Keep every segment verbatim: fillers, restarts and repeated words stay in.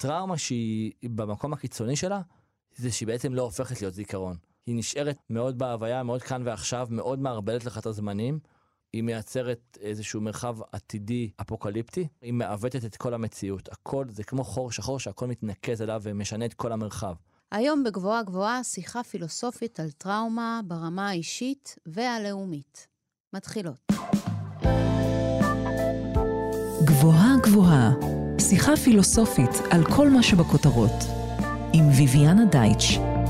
הטראומה שהיא במקום הקיצוני שלה, זה שהיא בעצם לא הופכת להיות זיכרון. היא נשארת מאוד בהוויה, מאוד כאן ועכשיו, מאוד מערבלת לך את הזמנים, היא מייצרת איזשהו מרחב עתידי אפוקליפטי, היא מעוותת את כל המציאות. הכל זה כמו חור שחור שהכל מתנקז אליו ומשנה את כל המרחב. היום בגבוהה גבוהה שיחה פילוסופית על טראומה ברמה האישית והלאומית. מתחילות. גבוהה גבוהה, שיחה פילוסופית על כל מה שבכותרות, עם ויביאנה דייטש.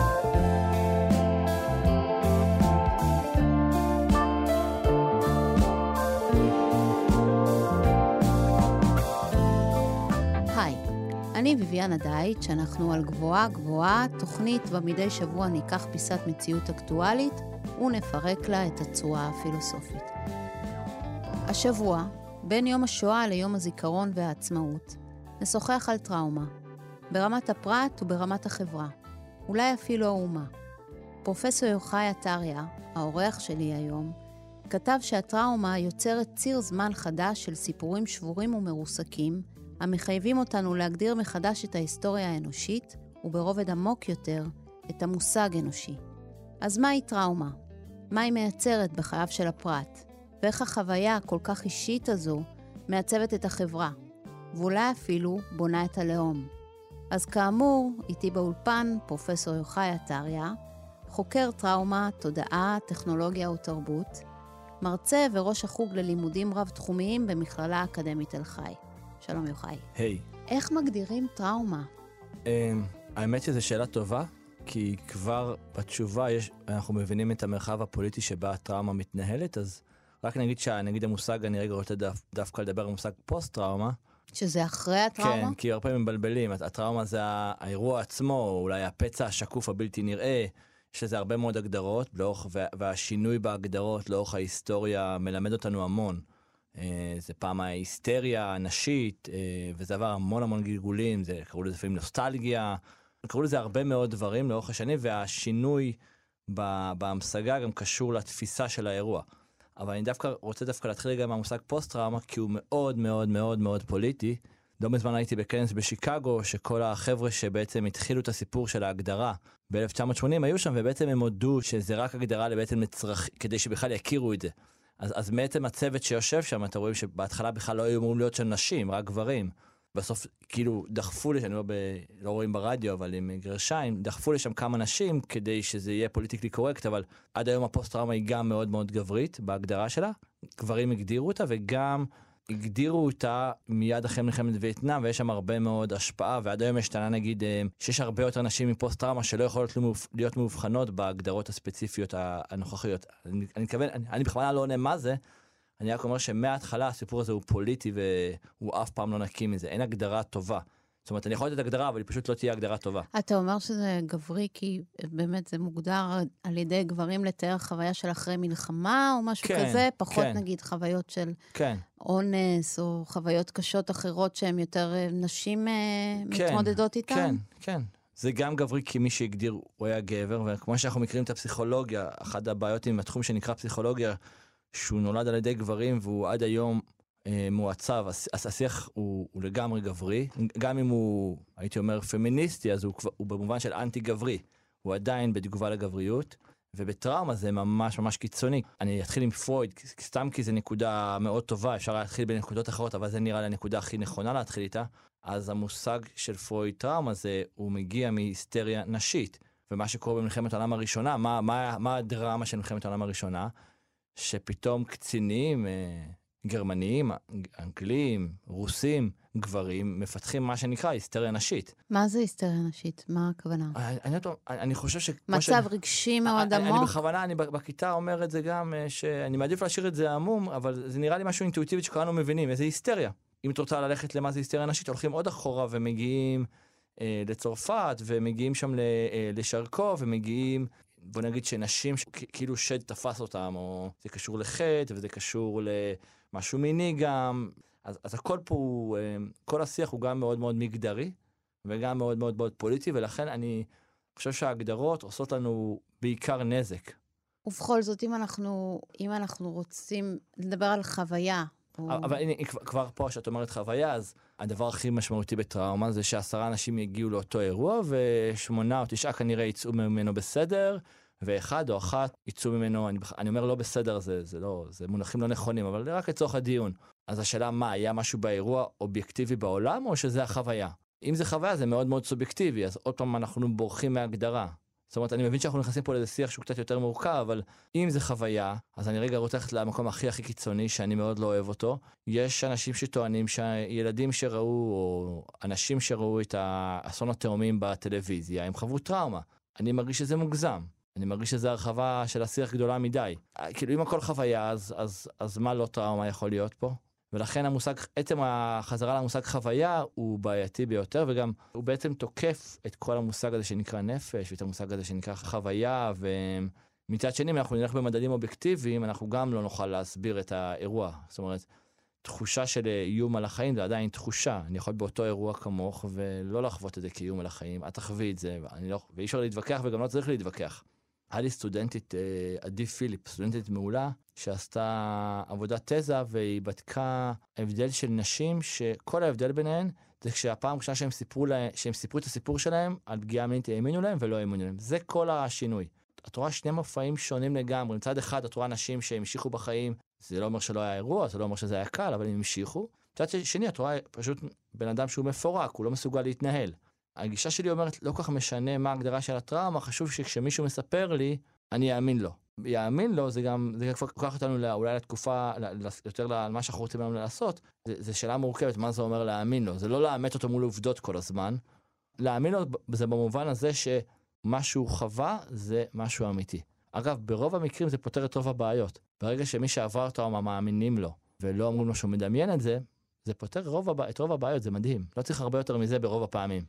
היי, אני ויביאנה דייטש, אנחנו על גבוהה גבוהה, תוכנית במדי שבוע ניקח פיסת מציאות אקטואלית ונפרק לה את הצורה הפילוסופית. השבוע, בין יום השואה ליום הזיכרון והעצמאות, נשוחח על טראומה, ברמת הפרט וברמת החברה, אולי אפילו האומה. פרופסור יוחאי עטריה, האורח שלי היום, כתב שהטראומה יוצרת ציר זמן חדש של סיפורים שבורים ומרוסקים, המחייבים אותנו להגדיר מחדש את ההיסטוריה האנושית, וברובד עמוק יותר, את המושג אנושי. אז מהי טראומה? מה היא מייצרת בחייו של הפרט? ואיך החוויה הכל כך אישית הזו מעצבת את החברה, ואולי אפילו בונה את הלאום. אז כאמור, איתי באולפן פרופסור יוחאי עטריה, חוקר טראומה, תודעה, טכנולוגיה ותרבות, מרצה וראש החוג ללימודים רב-תחומיים במכללה האקדמית תל חי. שלום יוחאי. היי. איך מגדירים טראומה? האמת שזו שאלה טובה, כי כבר בתשובה יש, אנחנו מבינים את המרחב הפוליטי שבה הטראומה מתנהלת, אז רק נגיד שנגיד המושג, אני רגע רוצה דו, דווקא לדבר על מושג פוסט-טראומה. שזה אחרי הטראומה? כן, כי הרבה פעמים מבלבלים. הטראומה זה האירוע עצמו, אולי הפצע השקוף הבלתי נראה, יש לזה הרבה מאוד הגדרות, לאורך, והשינוי בהגדרות לאורך ההיסטוריה מלמד אותנו המון. זה פעם ההיסטריה הנשית, וזה עבר המון המון גלגולים, זה קראו לזה לפעמים נוסטלגיה, קראו לזה הרבה מאוד דברים לאורך השנים, והשינוי בהמשגה גם קשור לתפיסה של האירוע. אבל אני דווקא רוצה דווקא להתחיל רגע מהמושג פוסט-טראומה, כי הוא מאוד מאוד מאוד מאוד פוליטי. לא מזמן הייתי בכנס בשיקגו, שכל החבר'ה שבעצם התחילו את הסיפור של ההגדרה ב-אלף תשע מאות שמונים היו שם, ובעצם הם הודו שזה רק הגדרה לבעצם לצרכ... כדי שבכלל יכירו את זה. אז, אז בעצם הצוות שיושב שם, אתה רואים שבהתחלה בכלל לא היו אמורים להיות של נשים, רק גברים. בסוף כאילו דחפו לשם, אני לא, ב... לא רואים ברדיו, אבל עם גרשיים, דחפו לשם כמה נשים כדי שזה יהיה פוליטיקלי קורקט, אבל עד היום הפוסט-טראומה היא גם מאוד מאוד גברית בהגדרה שלה. גברים הגדירו אותה וגם הגדירו אותה מיד אחרי מלחמת וייטנאם, ויש שם הרבה מאוד השפעה, ועד היום יש טענה נגיד שיש הרבה יותר נשים מפוסט-טראומה שלא יכולות להיות מאובחנות בהגדרות הספציפיות הנוכחיות. אני, אני מתכוון, אני, אני בכוונה לא עונה מה זה, אני רק אומר שמההתחלה הסיפור הזה הוא פוליטי והוא אף פעם לא נקי מזה. אין הגדרה טובה. זאת אומרת, אני יכול לתת הגדרה, אבל היא פשוט לא תהיה הגדרה טובה. אתה אומר שזה גברי, כי באמת זה מוגדר על ידי גברים לתאר חוויה של אחרי מלחמה, או משהו כן, כזה, פחות כן. נגיד חוויות של כן. אונס, או חוויות קשות אחרות שהן יותר נשים כן, מתמודדות איתן? כן, כן. זה גם גברי כי מי שהגדיר הוא היה גבר, וכמו שאנחנו מכירים את הפסיכולוגיה, אחת הבעיות עם התחום שנקרא פסיכולוגיה, שהוא נולד על ידי גברים והוא עד היום אה, מועצב, השיח הוא, הוא לגמרי גברי, גם אם הוא, הייתי אומר, פמיניסטי, אז הוא, הוא במובן של אנטי גברי, הוא עדיין בתגובה לגבריות, ובטראומה זה ממש ממש קיצוני. אני אתחיל עם פרויד, סתם כי זה נקודה מאוד טובה, אפשר להתחיל בנקודות אחרות, אבל זה נראה לי הנקודה הכי נכונה להתחיל איתה. אז המושג של פרויד טראומה זה, הוא מגיע מהיסטריה נשית, ומה שקורה במלחמת העולם הראשונה, מה, מה, מה הדרמה של מלחמת העולם הראשונה? שפתאום קצינים גרמניים, אנגלים, רוסים, גברים, מפתחים מה שנקרא היסטריה נשית. מה זה היסטריה נשית? מה הכוונה? אני, אני, אני חושב ש... מצב ש... רגשי מאוד אני, עמוק? אני בכוונה, אני בכיתה אומר את זה גם, שאני מעדיף להשאיר את זה עמום, אבל זה נראה לי משהו אינטואיטיבית שכולנו מבינים, איזה היסטריה. אם את רוצה ללכת למה זה היסטריה נשית, הולכים עוד אחורה ומגיעים אה, לצרפת, ומגיעים שם אה, לשרקו, ומגיעים... בוא נגיד שנשים כאילו שד תפס אותם, או זה קשור לחטא, וזה קשור למשהו מיני גם. אז, אז הכל פה הוא, כל השיח הוא גם מאוד מאוד מגדרי, וגם מאוד מאוד מאוד פוליטי, ולכן אני חושב שההגדרות עושות לנו בעיקר נזק. ובכל זאת, אם אנחנו, אם אנחנו רוצים לדבר על חוויה, או... אבל הנה, כבר פה שאת אומרת חוויה, אז הדבר הכי משמעותי בטראומה זה שעשרה אנשים יגיעו לאותו אירוע, ושמונה או תשעה כנראה יצאו ממנו בסדר, ואחד או אחת יצאו ממנו, אני, אני אומר לא בסדר, זה, זה לא, זה מונחים לא נכונים, אבל רק לצורך הדיון. אז השאלה מה, היה משהו באירוע אובייקטיבי בעולם, או שזה החוויה? אם זה חוויה, זה מאוד מאוד סובייקטיבי, אז עוד פעם אנחנו בורחים מהגדרה. זאת אומרת, אני מבין שאנחנו נכנסים פה לאיזה שיח שהוא קצת יותר מורכב, אבל אם זה חוויה, אז אני רגע רוצה ללכת למקום הכי הכי קיצוני, שאני מאוד לא אוהב אותו. יש אנשים שטוענים שילדים שראו, או אנשים שראו את האסון התאומים בטלוויזיה, הם חוו טראומה. אני מרגיש שזה מוגזם. אני מרגיש שזה הרחבה של השיח גדולה מדי. כאילו, אם הכל חוויה, אז, אז, אז מה לא טראומה יכול להיות פה? ולכן המושג, עצם החזרה למושג חוויה הוא בעייתי ביותר, וגם הוא בעצם תוקף את כל המושג הזה שנקרא נפש, ואת המושג הזה שנקרא חוויה, ומצד שני, אם אנחנו נלך במדדים אובייקטיביים, אנחנו גם לא נוכל להסביר את האירוע. זאת אומרת, תחושה של איום על החיים זה עדיין תחושה. אני יכול באותו אירוע כמוך, ולא לחוות את זה כאיום על החיים. את תחווי את זה, ואני לא, ואי אפשר להתווכח, וגם לא צריך להתווכח. היה לי סטודנטית, עדי פיליפ, סטודנטית מעולה, שעשתה עבודת תזה, והיא בדקה הבדל של נשים, שכל ההבדל ביניהן, זה כשהפעם ראשונה שהם סיפרו, לה, שהם סיפרו את הסיפור שלהם, על פגיעה מינית האמינו להם ולא האמינו להם. זה כל השינוי. את רואה שני מופעים שונים לגמרי. מצד אחד, את רואה נשים שהמשיכו בחיים, זה לא אומר שלא היה אירוע, זה לא אומר שזה היה קל, אבל הם המשיכו. מצד שני, את רואה פשוט בן אדם שהוא מפורק, הוא לא מסוגל להתנהל. הגישה שלי אומרת, לא כל כך משנה מה ההגדרה של הטראומה, חשוב שכשמישהו מספר לי, אני אאמין לו. יאמין לו, זה גם, זה כבר קוקח אותנו לא, אולי לתקופה, יותר למה שאנחנו רוצים לנו לעשות, זה, זה שאלה מורכבת, מה זה אומר להאמין לו? זה לא לאמת אותו מול עובדות כל הזמן. להאמין לו זה במובן הזה שמשהו חווה, זה משהו אמיתי. אגב, ברוב המקרים זה פותר את רוב הבעיות. ברגע שמי שעבר טראומה מאמינים לו, ולא אומרים לו שהוא מדמיין את זה, זה פותר רוב הבע... את רוב הבעיות, זה מדהים. לא צריך הרבה יותר מזה ברוב הפעמים.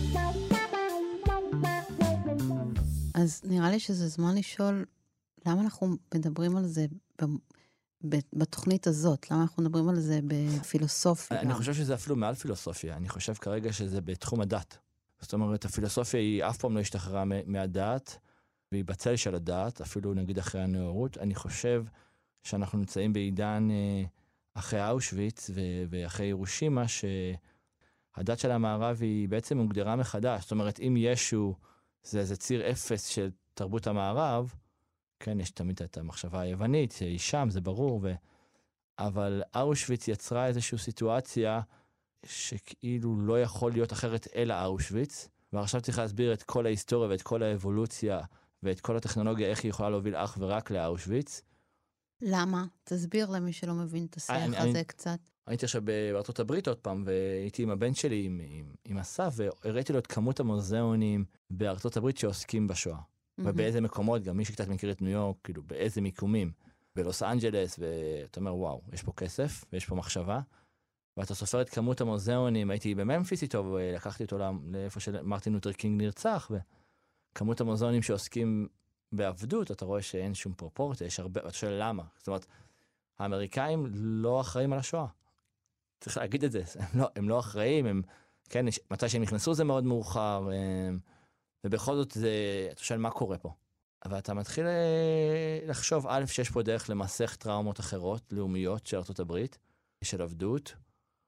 אז נראה לי שזה זמן לשאול, למה אנחנו מדברים על זה ב... ב... בתוכנית הזאת? למה אנחנו מדברים על זה בפילוסופיה? אני חושב שזה אפילו מעל פילוסופיה. אני חושב כרגע שזה בתחום הדת. זאת אומרת, הפילוסופיה היא אף פעם לא השתחררה מהדת, והיא בצל של הדת, אפילו נגיד אחרי הנאורות. אני חושב שאנחנו נמצאים בעידן... אחרי אושוויץ ו- ואחרי הירושימה, שהדת של המערב היא בעצם מוגדרה מחדש. זאת אומרת, אם ישו זה איזה ציר אפס של תרבות המערב, כן, יש תמיד את המחשבה היוונית, שהיא שם, זה ברור, ו... אבל אושוויץ יצרה איזושהי סיטואציה שכאילו לא יכול להיות אחרת אלא אושוויץ, ועכשיו צריך להסביר את כל ההיסטוריה ואת כל האבולוציה ואת כל הטכנולוגיה, איך היא יכולה להוביל אך ורק לאושוויץ. למה? תסביר למי שלא מבין את השיח אני, הזה אני, קצת. הייתי עכשיו בארצות הברית עוד פעם, והייתי עם הבן שלי, עם, עם, עם אסף, והראיתי לו את כמות המוזיאונים בארצות הברית שעוסקים בשואה. Mm-hmm. ובאיזה מקומות, גם מי שקצת מכיר את ניו יורק, כאילו באיזה מיקומים, בלוס אנג'לס, ואתה אומר, וואו, יש פה כסף, ויש פה מחשבה, ואתה סופר את כמות המוזיאונים, הייתי בממפיס איתו, ולקחתי אותו לאיפה שמרטין לותר קינג נרצח, וכמות המוזיאונים שעוסקים בעבדות, אתה רואה שאין שום פרופורציה, יש הרבה, אתה שואל למה? זאת אומרת, האמריקאים לא אחראים על השואה. צריך להגיד את זה, הם לא, הם לא אחראים, הם, כן, מתי שהם נכנסו זה מאוד מאוחר, הם, ובכל זאת זה, אתה שואל מה קורה פה. אבל אתה מתחיל לחשוב, א', שיש פה דרך למסך טראומות אחרות, לאומיות של ארצות הברית, של עבדות,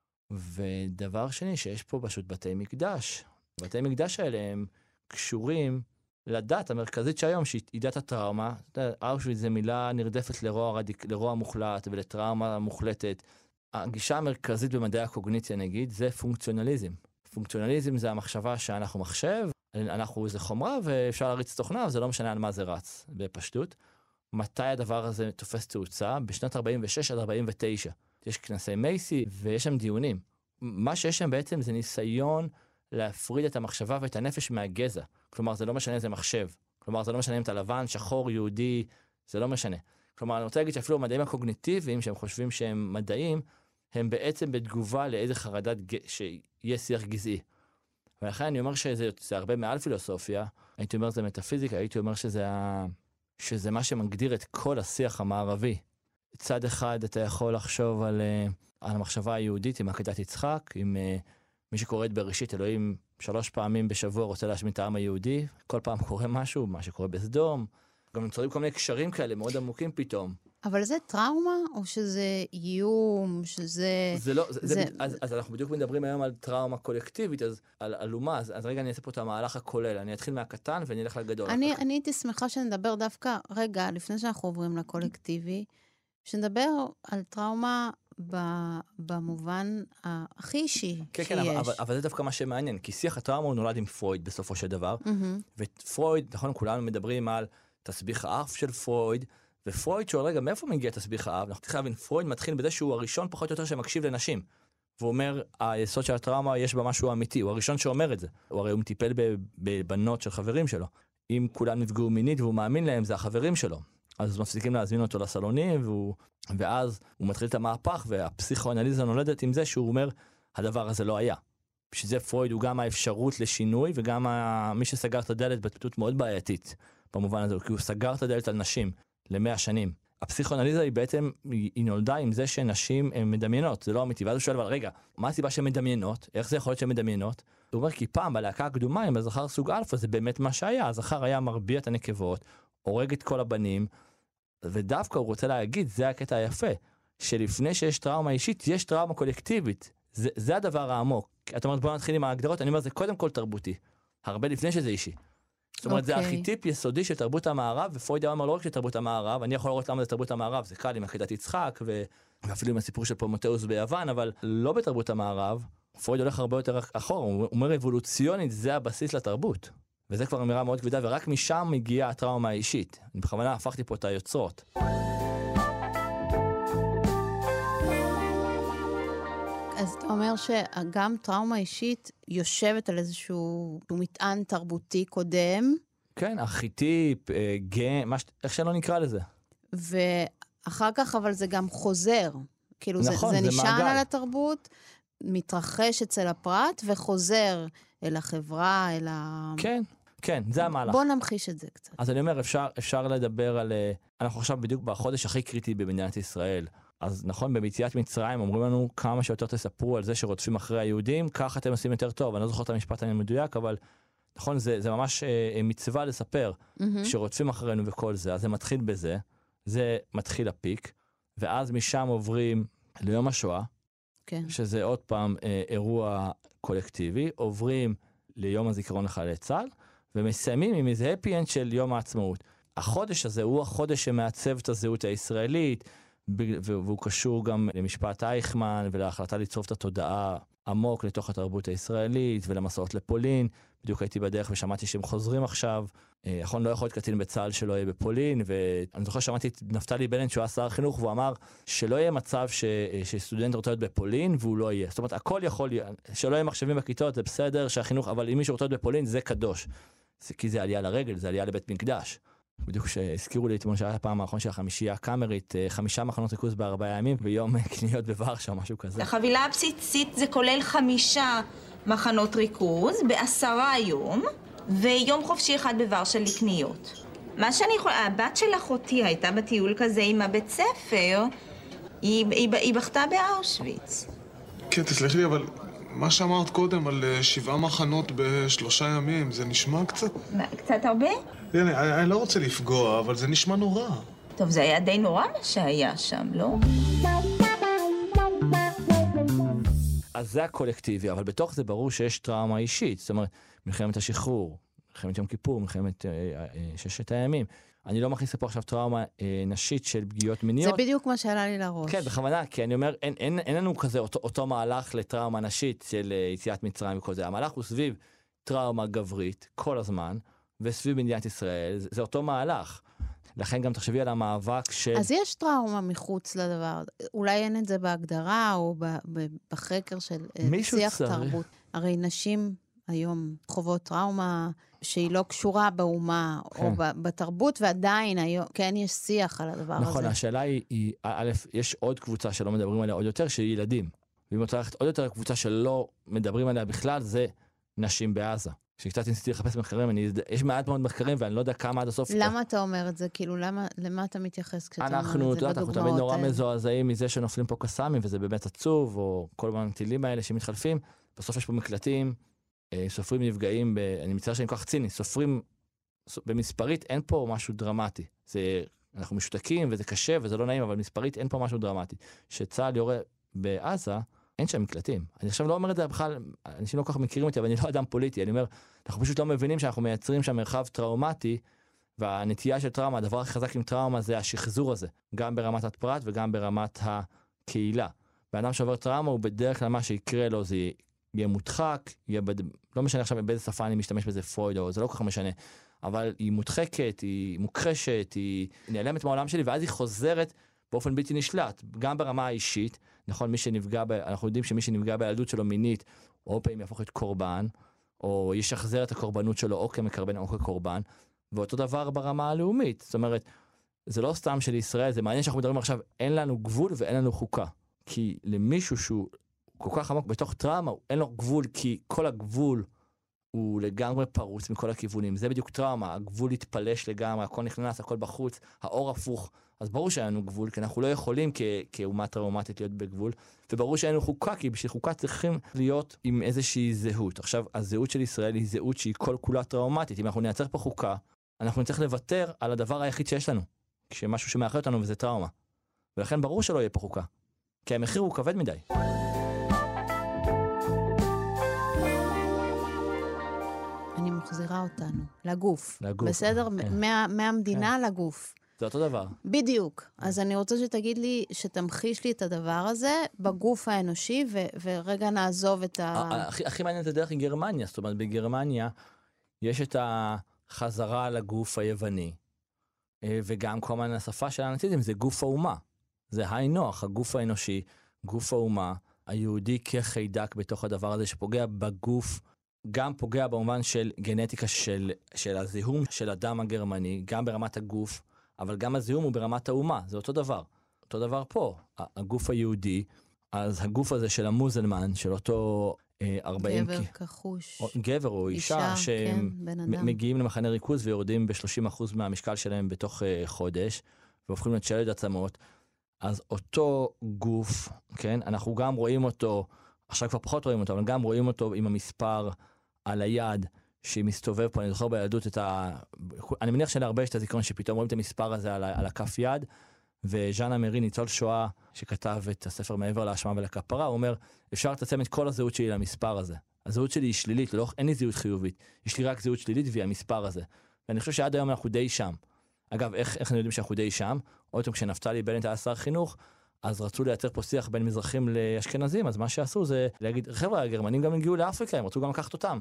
ודבר שני, שיש פה פשוט בתי מקדש. בתי מקדש האלה הם קשורים לדת המרכזית שהיום, שהיא דת הטראומה. אושוויץ זה מילה נרדפת לרוע, רדיק, לרוע מוחלט ולטראומה מוחלטת. הגישה המרכזית במדעי הקוגניציה, נגיד, זה פונקציונליזם. פונקציונליזם זה המחשבה שאנחנו מחשב, אנחנו איזה חומרה ואפשר להריץ תוכנה, וזה לא משנה על מה זה רץ, בפשטות. מתי הדבר הזה תופס תאוצה? בשנת ארבעים ושש עד ארבעים ותשע. יש כנסי מייסי ויש שם דיונים. מה שיש שם בעצם זה ניסיון להפריד את המחשבה ואת הנפש מהגזע. כלומר, זה לא משנה איזה מחשב. כלומר, זה לא משנה אם אתה לבן, שחור, יהודי, זה לא משנה. כלומר, אני רוצה להגיד שאפילו המדעים הקוגניטיביים, שהם חושבים שהם מדעים, הם בעצם בתגובה לאיזה חרדת, שיהיה שיח גזעי. ולכן אני אומר שזה זה הרבה מעל פילוסופיה, הייתי אומר זה מטאפיזיקה, הייתי אומר שזה, ה... שזה מה שמגדיר את כל השיח המערבי. צד אחד אתה יכול לחשוב על, על המחשבה היהודית עם עקדת יצחק, עם מי שקורא את בראשית, אלוהים שלוש פעמים בשבוע רוצה להשמיד את העם היהודי, כל פעם קורה משהו, מה שקורה בסדום, גם נוצרים כל מיני קשרים כאלה מאוד עמוקים פתאום. אבל זה טראומה, או שזה איום, שזה... זה לא, זה, זה... זה... אז, אז אנחנו בדיוק מדברים היום על טראומה קולקטיבית, אז על אלומה, אז, אז רגע אני אעשה פה את המהלך הכולל, אני אתחיל מהקטן ואני אלך לגדול. אני, אני הייתי שמחה שנדבר דווקא, רגע, לפני שאנחנו עוברים לקולקטיבי, שנדבר על טראומה במובן הכי אישי כן, שיש. כן, אבל, אבל, אבל זה דווקא מה שמעניין, כי שיח הטראומה הוא נולד עם פרויד בסופו של דבר, mm-hmm. ופרויד, נכון, כולנו מדברים על תסביך האף של פרויד, ופרויד שואל, רגע, מאיפה מגיע תסביך האף? אנחנו צריכים להבין, פרויד מתחיל בזה שהוא הראשון פחות או יותר שמקשיב לנשים. והוא אומר, היסוד של הטראומה יש בה משהו אמיתי, הוא הראשון שאומר את זה. הוא הרי הוא מטיפל בבנות של חברים שלו. אם כולם נפגעו מינית והוא מאמין להם, זה החברים שלו. אז מפסיקים להזמין אותו לסלונים, והוא, ואז הוא מתחיל את המהפך, והפסיכואנליזה נולדת עם זה שהוא אומר, הדבר הזה לא היה. בשביל זה פרויד הוא גם האפשרות לשינוי, וגם מי שסגר את הדלת בהתפתות מאוד בעייתית, במובן הזה, כי הוא סגר את הדלת על נשים למאה שנים. הפסיכואנליזה היא בעצם, היא נולדה עם זה שנשים הן מדמיינות, זה לא אמיתי. ואז הוא שואל, אבל רגע, מה הסיבה שהן מדמיינות? איך זה יכול להיות שהן מדמיינות? הוא אומר, כי פעם בלהקה הקדומה, עם הזכר סוג אלפא, זה באמת מה שהיה. הזכר היה מרביע את הנקבות, הורג את כל הבנים, ודווקא הוא רוצה להגיד, זה הקטע היפה, שלפני שיש טראומה אישית, יש טראומה קולקטיבית. זה, זה הדבר העמוק. את אומרת, בוא נתחיל עם ההגדרות, אני אומר, זה קודם כל תרבותי. הרבה לפני שזה אישי. זאת אומרת, okay. זה ארכיטיפ יסודי של תרבות המערב, ופרויד אמר לא רק של תרבות המערב, אני יכול לראות למה זה תרבות המערב, זה קל עם עקדת יצחק, ו... ואפילו עם הסיפור של פרומטאוס ביוון, אבל לא בתרבות המערב, פרויד הולך הרבה יותר אחורה, הוא אומר אבולוציונית, זה הבסיס לתרבות. וזה כבר אמירה מאוד כבדה, ורק משם מגיעה הטראומה האישית. אני בכוונה הפכתי פה את היוצרות. אז אתה אומר שגם טראומה אישית יושבת על איזשהו מטען תרבותי קודם. כן, ארכיטיפ, גן, מה ש... איך שלא נקרא לזה. ואחר כך אבל זה גם חוזר. כאילו נכון, זה, זה, זה נשען על התרבות, מתרחש אצל הפרט וחוזר אל החברה, אל ה... כן, כן, זה המהלך. בוא נמחיש את זה קצת. אז אני אומר, אפשר, אפשר לדבר על... אנחנו עכשיו בדיוק בחודש הכי קריטי במדינת ישראל. אז נכון, ביציאת מצרים אומרים לנו כמה שיותר תספרו על זה שרודפים אחרי היהודים, כך אתם עושים יותר טוב. אני לא זוכר את המשפט המדויק, אבל נכון, זה, זה ממש אה, מצווה לספר mm-hmm. שרודפים אחרינו וכל זה. אז זה מתחיל בזה, זה מתחיל הפיק, ואז משם עוברים ליום השואה, כן. שזה עוד פעם אה, אירוע קולקטיבי, עוברים ליום הזיכרון לחיילי צה"ל, ומסיימים עם איזה happy end של יום העצמאות. החודש הזה הוא החודש שמעצב את הזהות הישראלית, והוא קשור גם למשפט אייכמן ולהחלטה ליצור את התודעה עמוק לתוך התרבות הישראלית ולמסעות לפולין. בדיוק הייתי בדרך ושמעתי שהם חוזרים עכשיו. נכון, לא יכול להיות קצין בצה"ל שלא יהיה בפולין, ואני זוכר שמעתי את נפתלי בנט שהוא היה שר החינוך, והוא אמר שלא יהיה מצב ש... שסטודנט רוצה להיות בפולין והוא לא יהיה. זאת אומרת, הכל יכול להיות, שלא יהיה מחשבים בכיתות, זה בסדר, שהחינוך, אבל אם מישהו רוצה להיות בפולין זה קדוש. זה, כי זה עלייה לרגל, זה עלייה לבית מקדש. בדיוק שהזכירו לי אתמול שהיה הפעם האחרון של החמישייה הקאמרית, חמישה מחנות ריכוז בארבעה ימים, ביום קניות בוורשה, משהו כזה. החבילה הבסיסית זה כולל חמישה מחנות ריכוז בעשרה יום, ויום חופשי אחד בוורשה לקניות. מה שאני יכולה, הבת של אחותי הייתה בטיול כזה עם הבית ספר, היא, היא, היא בכתה באושוויץ. כן, תסלח לי, אבל מה שאמרת קודם על שבעה מחנות בשלושה ימים, זה נשמע קצת... מה, קצת הרבה? הנה, אני, אני לא רוצה לפגוע, אבל זה נשמע נורא. טוב, זה היה די נורא מה שהיה שם, לא? אז זה הקולקטיבי, אבל בתוך זה ברור שיש טראומה אישית. זאת אומרת, מלחמת השחרור, מלחמת יום כיפור, מלחמת אה, אה, ששת הימים. אני לא מכניס לפה עכשיו טראומה אה, נשית של פגיעות מיניות. זה בדיוק מה שעלה לי לראש. כן, בכוונה, כי אני אומר, אין, אין, אין לנו כזה אותו, אותו מהלך לטראומה נשית של אה, יציאת מצרים וכל זה. המהלך הוא סביב טראומה גברית כל הזמן, וסביב מדינת ישראל, זה, זה אותו מהלך. לכן גם תחשבי על המאבק של... אז יש טראומה מחוץ לדבר. אולי אין את זה בהגדרה או בחקר של שיח צריך. תרבות. הרי נשים היום חוות טראומה שהיא לא קשורה באומה כן. או בתרבות, ועדיין היום כן יש שיח על הדבר נכון, הזה. נכון, השאלה היא, היא, א', יש עוד קבוצה שלא מדברים עליה עוד יותר, שהיא ילדים. ואם אתה הולכת עוד יותר קבוצה שלא מדברים עליה בכלל, זה נשים בעזה. כשקצת ניסיתי לחפש מחקרים, אני, יש מעט מאוד מחקרים, ואני לא יודע כמה עד הסוף... למה אתה אומר את זה? כאילו, למה, למה אתה מתייחס כשאתה אומר את זה אנחנו, בדוגמאות האלה? אנחנו תמיד נורא מזועזעים מזה שנופלים פה קסאמים, וזה באמת עצוב, או כל מיני טילים האלה שמתחלפים. בסוף יש פה מקלטים, סופרים נפגעים, ב, אני מצטער שאני כל כך ציני, סופרים, במספרית אין פה משהו דרמטי. זה אנחנו משותקים וזה קשה וזה לא נעים, אבל מספרית אין פה משהו דרמטי. שצה"ל יורה בעזה, אין שם מקלטים. אני עכשיו לא אומר את זה בכלל, אנשים לא כל כך מכירים אותי, אבל אני לא אדם פוליטי. אני אומר, אנחנו פשוט לא מבינים שאנחנו מייצרים שם מרחב טראומטי, והנטייה של טראומה, הדבר הכי חזק עם טראומה זה השחזור הזה, גם ברמת הפרט וגם ברמת הקהילה. ואדם שעובר טראומה הוא בדרך כלל מה שיקרה לו, זה יהיה מודחק, יהיה בד... לא משנה עכשיו באיזה שפה אני משתמש בזה, פרויד, או זה לא כל כך משנה, אבל היא מודחקת, היא מוכחשת, היא נעלמת מהעולם שלי, ואז היא חוזרת באופן בלתי נשלט, גם ברמה האישית, נכון, מי שנפגע, ב... אנחנו יודעים שמי שנפגע בילדות שלו מינית, או פעמים יהפוך את קורבן, או ישחזר את הקורבנות שלו, או כמקרבן או כקורבן, ואותו דבר ברמה הלאומית. זאת אומרת, זה לא סתם של ישראל, זה מעניין שאנחנו מדברים עכשיו, אין לנו גבול ואין לנו חוקה. כי למישהו שהוא כל כך עמוק בתוך טראומה, אין לו גבול, כי כל הגבול הוא לגמרי פרוץ מכל הכיוונים. זה בדיוק טראומה, הגבול התפלש לגמרי, הכל נכנס, הכל בחוץ, האור הפוך. אז ברור שאין לנו גבול, כי אנחנו לא יכולים כ- כאומה טראומטית להיות בגבול, וברור שאין לנו חוקה, כי בשביל חוקה צריכים להיות עם איזושהי זהות. עכשיו, הזהות של ישראל היא זהות שהיא כל כולה טראומטית. אם אנחנו נייצר פה חוקה, אנחנו נצטרך לוותר על הדבר היחיד שיש לנו, כשמשהו שמאחד אותנו וזה טראומה. ולכן ברור שלא יהיה פה חוקה, כי המחיר הוא כבד מדי. אני מחזירה אותנו לגוף. לגוף. בסדר? כן. מה, מהמדינה כן. לגוף. זה אותו דבר. בדיוק. אז אני רוצה שתגיד לי, שתמחיש לי את הדבר הזה בגוף האנושי, ו- ורגע נעזוב את ה... הכי, הכי מעניין את הדרך היא גרמניה. זאת אומרת, בגרמניה יש את החזרה לגוף היווני, וגם כל הזמן השפה של הנאציזם, זה גוף האומה. זה היי נוח, הגוף האנושי, גוף האומה, היהודי כחיידק בתוך הדבר הזה, שפוגע בגוף, גם פוגע במובן של גנטיקה של, של הזיהום של הדם הגרמני, גם ברמת הגוף, אבל גם הזיהום הוא ברמת האומה, זה אותו דבר. אותו דבר פה, הגוף היהודי, אז הגוף הזה של המוזלמן, של אותו אה, ארבעים... גבר כחוש. או, גבר או אישה, אישה שהם כן, מגיעים למחנה ריכוז ויורדים ב-שלושים אחוז מהמשקל שלהם בתוך אה, חודש, והופכים להיות שלד עצמות, אז אותו גוף, כן, אנחנו גם רואים אותו, עכשיו כבר פחות רואים אותו, אבל גם רואים אותו עם המספר על היד, שמסתובב פה, אני זוכר בילדות את ה... אני מניח שלהרבה יש את הזיכרון שפתאום רואים את המספר הזה על, על הכף יד, וז'אן אמרי, ניצול שואה, שכתב את הספר מעבר לאשמה ולכפרה, הוא אומר, אפשר לתצם את כל הזהות שלי למספר הזה. הזהות שלי היא שלילית, לא, אין לי זהות חיובית, יש לי רק זהות שלילית והיא המספר הזה. ואני חושב שעד היום אנחנו די שם. אגב, איך, איך אנחנו יודעים שאנחנו די שם? עוד פעם, כשנפתלי בנט היה שר חינוך, אז רצו לייצר פה שיח בין מזרחים לאשכנזים, אז מה שעשו זה להגיד, חבר'ה, הגרמנים גם הגיעו לאפריקה, הם רצו גם לקחת אותם.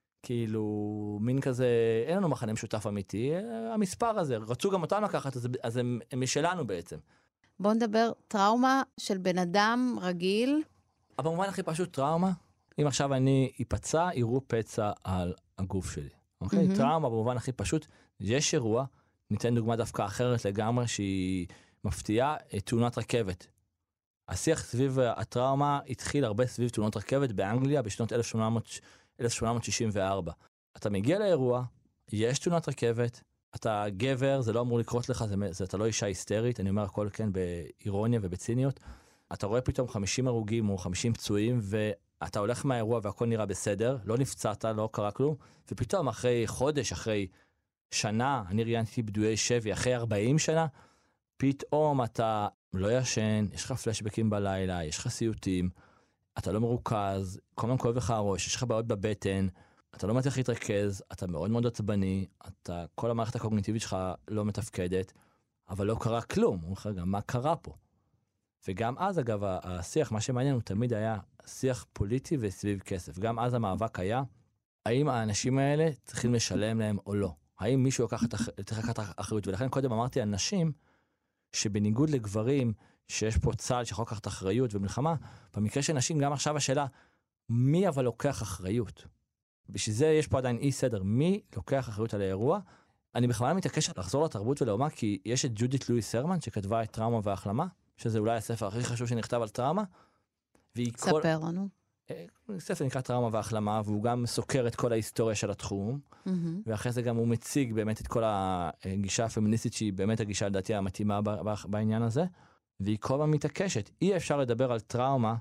כאילו, מין כזה, אין לנו מחנה משותף אמיתי, המספר הזה, רצו גם אותם לקחת, אז, אז הם, הם משלנו בעצם. בואו נדבר טראומה של בן אדם רגיל. אבל במובן הכי פשוט טראומה, אם עכשיו אני איפצע, יראו פצע על הגוף שלי. אוקיי? Mm-hmm. טראומה במובן הכי פשוט, יש אירוע, ניתן דוגמה דווקא אחרת לגמרי, שהיא מפתיעה, תאונת רכבת. השיח סביב הטראומה התחיל הרבה סביב תאונות רכבת באנגליה בשנות אלף שמונה מאות שישים וארבע. אתה מגיע לאירוע, יש תאונת רכבת, אתה גבר, זה לא אמור לקרות לך, זה, זה, אתה לא אישה היסטרית, אני אומר הכל כן באירוניה ובציניות. אתה רואה פתאום חמישים הרוגים או חמישים פצועים, ואתה הולך מהאירוע והכל נראה בסדר, לא נפצעת, לא קרה כלום, ופתאום אחרי חודש, אחרי שנה, אני ראיינתי בדואי שבי, אחרי ארבעים שנה, פתאום אתה לא ישן, יש לך פלשבקים בלילה, יש לך סיוטים, אתה לא מרוכז, כל הזמן כואב לך הראש, יש לך בעיות בבטן, אתה לא מצליח להתרכז, אתה מאוד מאוד עצבני, אתה, כל המערכת הקוגניטיבית שלך לא מתפקדת, אבל לא קרה כלום. הוא אומר גם מה קרה פה. וגם אז אגב השיח, מה שמעניין הוא תמיד היה שיח פוליטי וסביב כסף. גם אז המאבק היה, האם האנשים האלה צריכים לשלם להם או לא? האם מישהו צריך לקחת אחריות? ולכן קודם אמרתי על נשים, שבניגוד לגברים, שיש פה צה"ל שיכול לקחת אחריות ומלחמה, במקרה של נשים גם עכשיו השאלה, מי אבל לוקח אחריות? בשביל זה יש פה עדיין אי סדר, מי לוקח אחריות על האירוע? אני בכלל מתעקש לחזור לתרבות ולאומה, כי יש את ג'ודית לואיס הרמן, שכתבה את טראומה והחלמה, שזה אולי הספר הכי חשוב שנכתב על טראומה. ספר כל... לנו. ספר נקרא טראומה והחלמה, והוא גם סוקר את כל ההיסטוריה של התחום, mm-hmm. ואחרי זה גם הוא מציג באמת את כל הגישה הפמיניסטית, שהיא באמת הגישה לדעתי המתאימה בעניין הזה, והיא כל הזמן מתעקשת. אי אפשר לדבר על טראומה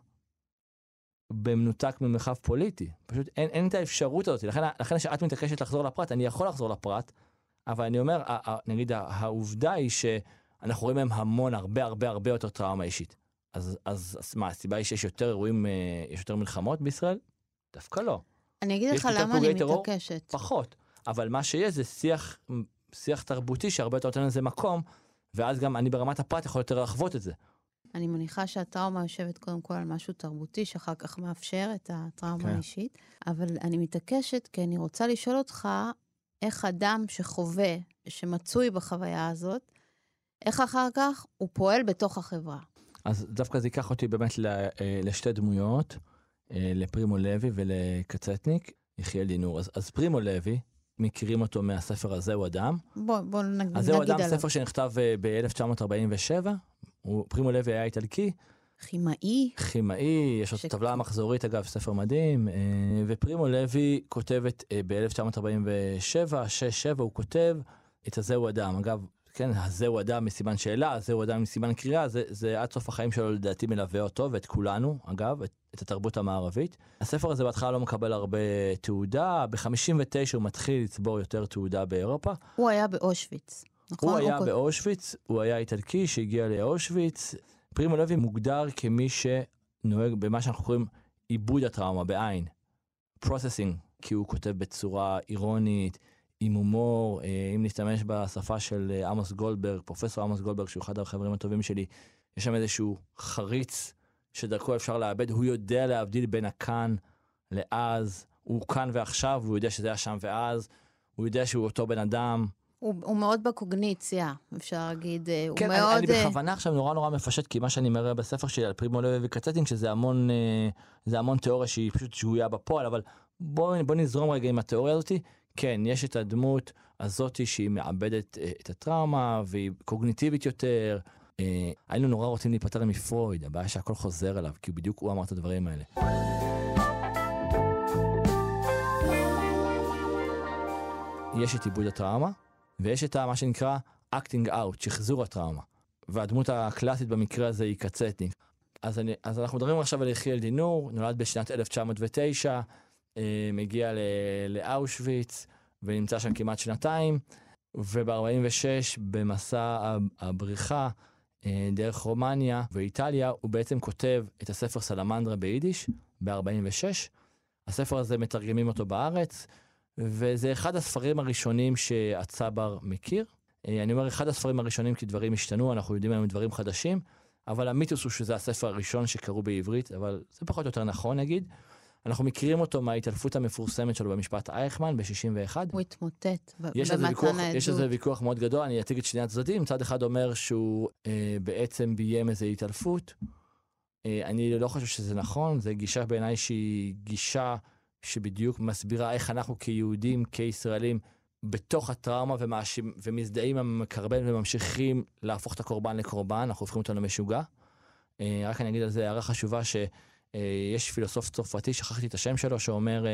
במנותק ממרחב פוליטי. פשוט אין, אין את האפשרות הזאת. לכן, לכן שאת מתעקשת לחזור לפרט, אני יכול לחזור לפרט, אבל אני אומר, נגיד, העובדה היא אנחנו רואים מהם המון, הרבה הרבה הרבה יותר טראומה אישית. אז, אז, אז מה, הסיבה היא שיש יותר אירועים, יש יותר מלחמות בישראל? דווקא לא. אני אגיד לך למה אני מתעקשת. פחות. אבל מה שיש זה שיח, שיח תרבותי שהרבה יותר נותן לזה מקום, ואז גם אני ברמת הפרט יכול יותר לחוות את זה. אני מניחה שהטראומה יושבת קודם כל על משהו תרבותי, שאחר כך מאפשר את הטראומה האישית, אבל אני מתעקשת כי אני רוצה לשאול אותך, איך אדם שחווה, שמצוי בחוויה הזאת, איך אחר כך הוא פועל בתוך החברה? אז דווקא זה ייקח אותי באמת לשתי דמויות, לפרימו לוי ולקצטניק, יחיאל דינור. אז, אז פרימו לוי, מכירים אותו מהספר הזה הוא אדם. בוא, בוא נגיד עליו. אז זהו אדם, ספר שנכתב ב-אלף תשע מאות ארבעים ושבע, פרימו לוי היה איטלקי. כימאי. כימאי, יש לו ש... טבלה מחזורית אגב, ספר מדהים, ופרימו לוי כותבת ב-אלף תשע מאות ארבעים ושבע, שש שבע, הוא כותב את הזהו אדם. אגב, כן, הזהו אדם מסימן שאלה, הזהו אדם מסימן קריאה, זה, זה עד סוף החיים שלו לדעתי מלווה אותו, ואת כולנו, אגב, את, את התרבות המערבית. הספר הזה בהתחלה לא מקבל הרבה תעודה, ב-חמישים ותשע הוא מתחיל לצבור יותר תעודה באירופה. הוא היה באושוויץ, נכון? הוא היה באושוויץ, הוא היה איטלקי שהגיע לאושוויץ. פרימו לוי מוגדר כמי שנוהג במה שאנחנו קוראים עיבוד הטראומה, בעין. processing, כי הוא כותב בצורה אירונית, עם הומור, אם נשתמש בשפה של עמוס גולדברג, פרופסור עמוס גולדברג, שהוא אחד החברים הטובים שלי, יש שם איזשהו חריץ שדרכו אפשר לאבד, הוא יודע להבדיל בין הכאן לאז, הוא כאן ועכשיו, הוא יודע שזה היה שם ואז, הוא יודע שהוא אותו בן אדם. הוא, הוא מאוד בקוגניציה, אפשר להגיד, הוא כן, מאוד... אני, אני בכוונה עכשיו נורא נורא מפשט, כי מה שאני מראה בספר שלי על פרימו לוי וקצטניק, שזה המון, זה המון תיאוריה שהיא פשוט שגויה בפועל, אבל בוא, בוא נזרום רגע עם התיאוריה הזאת. כן, יש את הדמות הזאת שהיא מאבדת את הטראומה, והיא קוגניטיבית יותר. היינו נורא רוצים להיפטר מפרויד, הבעיה שהכל חוזר אליו, כי בדיוק הוא אמר את הדברים האלה. יש את עיבוד הטראומה, ויש את מה שנקרא acting out, שחזור הטראומה. והדמות הקלאסית במקרה הזה היא קצטניק. אז, אני, אז אנחנו מדברים עכשיו על יחיאל דינור, נולד בשנת אלף תשע מאות ותשע, מגיע לאושוויץ ונמצא שם כמעט שנתיים, וב-ארבעים ושש במסע הבריחה דרך רומניה ואיטליה הוא בעצם כותב את הספר סלמנדרה ביידיש ב-ארבעים ושש. הספר הזה מתרגמים אותו בארץ, וזה אחד הספרים הראשונים שהצבר מכיר. אני אומר אחד הספרים הראשונים כי דברים השתנו, אנחנו יודעים היום דברים חדשים, אבל המיתוס הוא שזה הספר הראשון שקראו בעברית, אבל זה פחות או יותר נכון נגיד. אנחנו מכירים אותו מההתעלפות המפורסמת שלו במשפט אייכמן ב-שישים ואחת. הוא התמוטט יש במתן ויכוח, העדות. יש איזה ויכוח מאוד גדול, אני אציג את שני הצדדים. מצד אחד אומר שהוא אה, בעצם ביים איזו התעלפות. אה, אני לא חושב שזה נכון, זה גישה בעיניי שהיא גישה שבדיוק מסבירה איך אנחנו כיהודים, כישראלים, בתוך הטראומה ומאשים, ומזדהים המקרבן וממשיכים להפוך את הקורבן לקורבן, אנחנו הופכים אותנו משוגע. אה, רק אני אגיד על זה הערה חשובה ש... יש פילוסוף צרפתי, שכחתי את השם שלו, שאומר,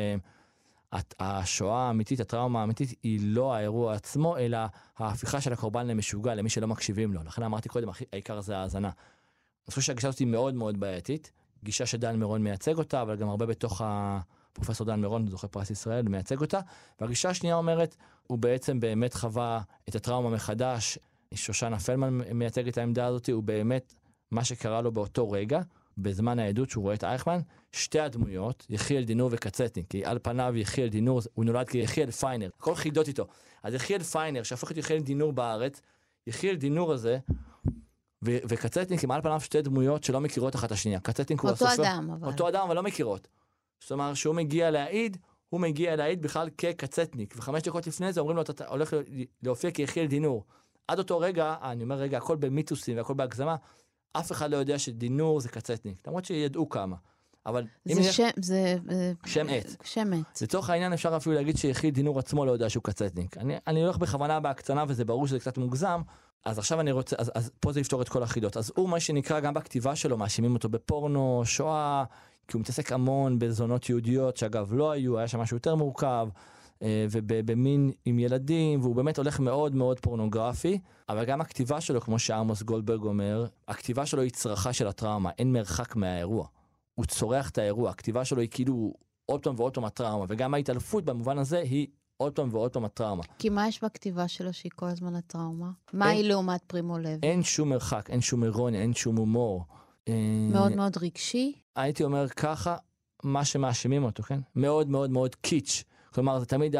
השואה האמיתית, הטראומה האמיתית, היא לא האירוע עצמו, אלא ההפיכה של הקורבן למשוגע, למי שלא מקשיבים לו. לכן אמרתי קודם, העיקר זה ההאזנה. אני חושב שהגישה הזאת היא מאוד מאוד בעייתית, גישה שדן מירון מייצג אותה, אבל גם הרבה בתוך הפרופסור דן מירון, זוכה פרס ישראל, מייצג אותה. והגישה השנייה אומרת, הוא בעצם באמת חווה את הטראומה מחדש, שושנה פלמן מייצג את העמדה הזאת, הוא באמת מה שקרה לו באותו רגע, בזמן העדות שהוא רואה את אייכמן, שתי הדמויות, יחיאל דינור וקצטניק, כי על פניו יחיאל דינור, הוא נולד כיחיאל פיינר, הכל חידות איתו. אז יחיאל פיינר, שהפך את יחיאל דינור בארץ, יחיאל דינור הזה, ו- וקצטניק הם על פניו שתי דמויות שלא מכירות אחת השנייה. קצטניק הוא הסופר. אותו אדם, אבל. אותו אדם, אבל לא מכירות. זאת אומרת, שהוא מגיע להעיד, הוא מגיע להעיד בכלל כקצטניק, וחמש דקות לפני זה אומרים לו, אתה הולך להופיע כיחיאל דינור. עד אותו רגע, אני אומר רגע, הכל במיתוסים והכל בהגזמה, אף אחד לא יודע שדינור זה קצטניק, למרות שידעו כמה. אבל זה שם, זה... שם עת. שם עת. לצורך העניין אפשר אפילו להגיד שיחיאל דינור עצמו לא יודע שהוא קצטניק. אני, אני הולך בכוונה בהקצנה, וזה ברור שזה קצת מוגזם, אז עכשיו אני רוצה, אז, אז פה זה יפתור את כל החידות. אז הוא מה שנקרא גם בכתיבה שלו, מאשימים אותו בפורנו, שואה, כי הוא מתעסק המון בזונות יהודיות, שאגב לא היו, היה שם משהו יותר מורכב, ובמין עם ילדים, והוא באמת הולך מאוד מאוד פורנוגרפי, אבל גם הכתיבה שלו, כמו שעמוס גולדברג אומר, הכתיבה שלו היא צרחה של הטראומה, אין מרחק מהאירוע. הוא צורח את האירוע, הכתיבה שלו היא כאילו עוד פעם ועוד פעם הטראומה, וגם ההתעלפות במובן הזה היא עוד פעם ועוד פעם הטראומה. כי מה יש בכתיבה שלו שהיא כל הזמן הטראומה? מה היא לעומת פרימו לוי? אין שום מרחק, אין שום אירוניה, אין שום הומור. מאוד מאוד רגשי? הייתי אומר ככה, מה שמאשימים אותו, כן? מאוד מאוד מאוד קיץ'. כלומר, זה תמיד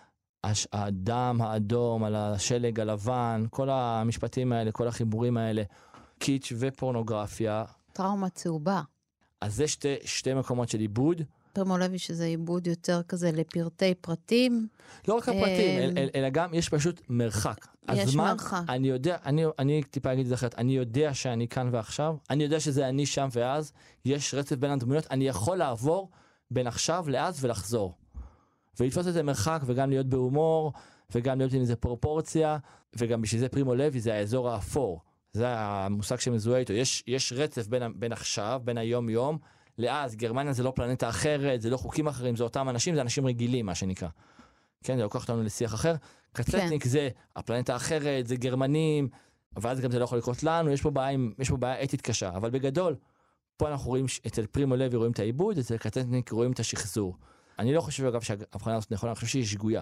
הדם האדום על השלג הלבן, כל המשפטים האלה, כל החיבורים האלה, קיץ' ופורנוגרפיה. טראומה צהובה. אז זה שתי, שתי מקומות של עיבוד. פרימו לוי שזה עיבוד יותר כזה לפרטי פרטים. לא רק הפרטים, אל, אל, אלא גם יש פשוט מרחק. יש הזמן, מרחק. אני יודע, אני, אני טיפה אגיד את זה אחרת, אני יודע שאני כאן ועכשיו, אני יודע שזה אני שם ואז, יש רצף בין הדמויות, אני יכול לעבור בין עכשיו לאז ולחזור. ולתפוס את זה מרחק וגם להיות בהומור, וגם להיות עם איזה פרופורציה, וגם בשביל זה פרימו לוי זה האזור האפור. זה המושג שמזוהה איתו. יש, יש רצף בין, בין עכשיו, בין היום יום, לאז גרמניה זה לא פלנטה אחרת, זה לא חוקים אחרים, זה אותם אנשים, זה אנשים רגילים, מה שנקרא. כן, זה לוקח אותנו לשיח אחר. קצטניק כן. זה הפלנטה האחרת, זה גרמנים, ואז גם זה לא יכול לקרות לנו, יש פה בעיה, יש פה בעיה אתית קשה. אבל בגדול, פה אנחנו רואים, אצל פרימו לוי רואים את העיבוד, אצל קצטניק רואים את השחזור. אני לא חושב, אגב, שההבחנה הזאת נכונה, אני חושב שהיא שגויה.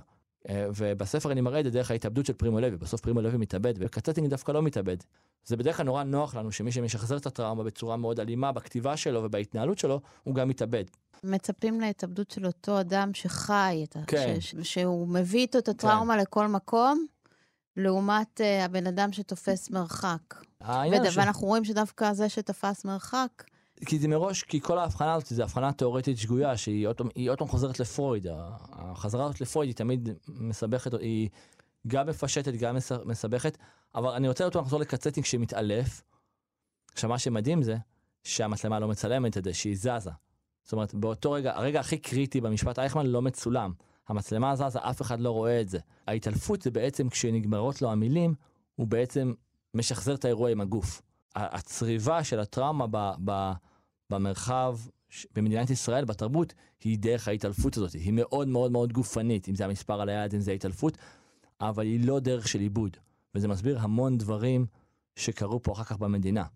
ובספר אני מראה את זה דרך ההתאבדות של פרימו לוי. בסוף פרימו לוי מתאבד, וקצטניק דווקא לא מתאבד. זה בדרך כלל נורא נוח לנו שמי שמשחזר את הטראומה בצורה מאוד אלימה בכתיבה שלו ובהתנהלות שלו, הוא גם מתאבד. מצפים להתאבדות של אותו אדם שחי, את כן. ש... שהוא מביא איתו את הטראומה כן. לכל מקום, לעומת uh, הבן אדם שתופס מרחק. וד... ש... ואנחנו רואים שדווקא זה שתפס מרחק, כי זה מראש, כי כל ההבחנה הזאת, זו הבחנה תיאורטית שגויה, שהיא עוד פעם חוזרת לפרויד. החזרה הזאת לפרויד היא תמיד מסבכת, היא גם מפשטת, גם מסבכת, אבל אני רוצה אותו לחזור לקצטניק שמתעלף. עכשיו, מה שמדהים זה, שהמצלמה לא מצלמת את זה, שהיא זזה. זאת אומרת, באותו רגע, הרגע הכי קריטי במשפט אייכמן לא מצולם. המצלמה זזה, אף אחד לא רואה את זה. ההתעלפות זה בעצם, כשנגמרות לו המילים, הוא בעצם משחזר את האירוע עם הגוף. הצריבה של הטראומה ב, ב, במרחב, במדינת ישראל, בתרבות, היא דרך ההתעלפות הזאת. היא מאוד מאוד מאוד גופנית, אם זה המספר על היד, אם זה ההתעלפות, אבל היא לא דרך של עיבוד. וזה מסביר המון דברים שקרו פה אחר כך במדינה.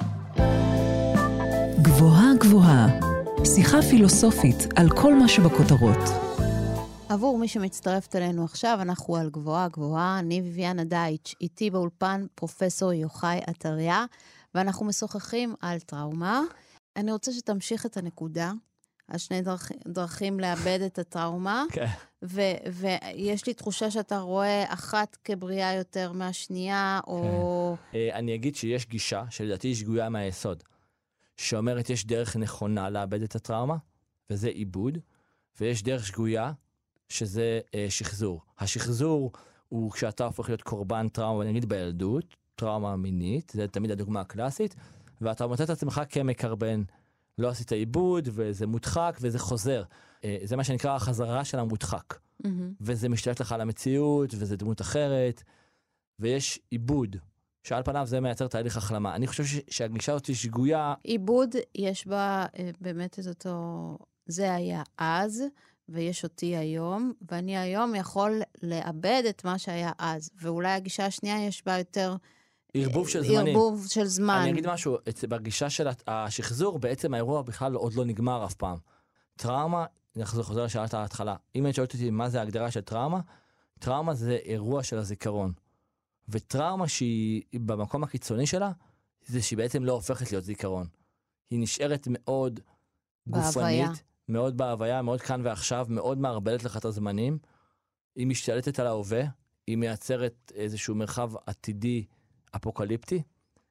גבוהה גבוהה, שיחה פילוסופית על כל מה שבכותרות. עבור מי שמצטרפת אלינו עכשיו, אנחנו על גבוהה גבוהה, אני ויviana דייטש, איתי באולפן פרופסור יוחאי עטריה, ואנחנו משוחחים על טראומה. אני רוצה שתמשיך את הנקודה, על שני דרכ... דרכים לאבד את הטראומה, כן. ו... ויש לי תחושה שאתה רואה אחת כבריאה יותר מהשנייה, או... אני אגיד שיש גישה, שלדעתי היא שגויה מהיסוד, שאומרת יש דרך נכונה לאבד את הטראומה, וזה עיבוד, ויש דרך שגויה, שזה אה, שחזור. השחזור הוא כשאתה הופך להיות קורבן טראומה, נגיד בילדות, טראומה מינית, זה תמיד הדוגמה הקלאסית, ואתה מוצא את עצמך כמקרבן, לא עשית עיבוד, וזה מודחק, וזה חוזר. אה, זה מה שנקרא החזרה של המודחק. Mm-hmm. וזה משתלט לך על המציאות, וזה דמות אחרת, ויש עיבוד, שעל פניו זה מייצר תהליך החלמה. אני חושב ש- שהגישה הזאת היא שגויה. עיבוד, יש בה אה, באמת את אותו, זה היה אז, ויש אותי היום, ואני היום יכול לאבד את מה שהיה אז. ואולי הגישה השנייה יש בה יותר... ערבוב של זמנים. ערבוב של זמן. אני אגיד משהו, בגישה של השחזור, בעצם האירוע בכלל עוד לא נגמר אף פעם. טראומה, אני חוזר לשאלת ההתחלה. אם אני שואלת אותי מה זה ההגדרה של טראומה, טראומה זה אירוע של הזיכרון. וטראומה שהיא במקום הקיצוני שלה, זה שהיא בעצם לא הופכת להיות זיכרון. היא נשארת מאוד גופנית. בהוויה. מאוד בהוויה, מאוד כאן ועכשיו, מאוד מערבלת לך את הזמנים. היא משתלטת על ההווה, היא מייצרת איזשהו מרחב עתידי אפוקליפטי,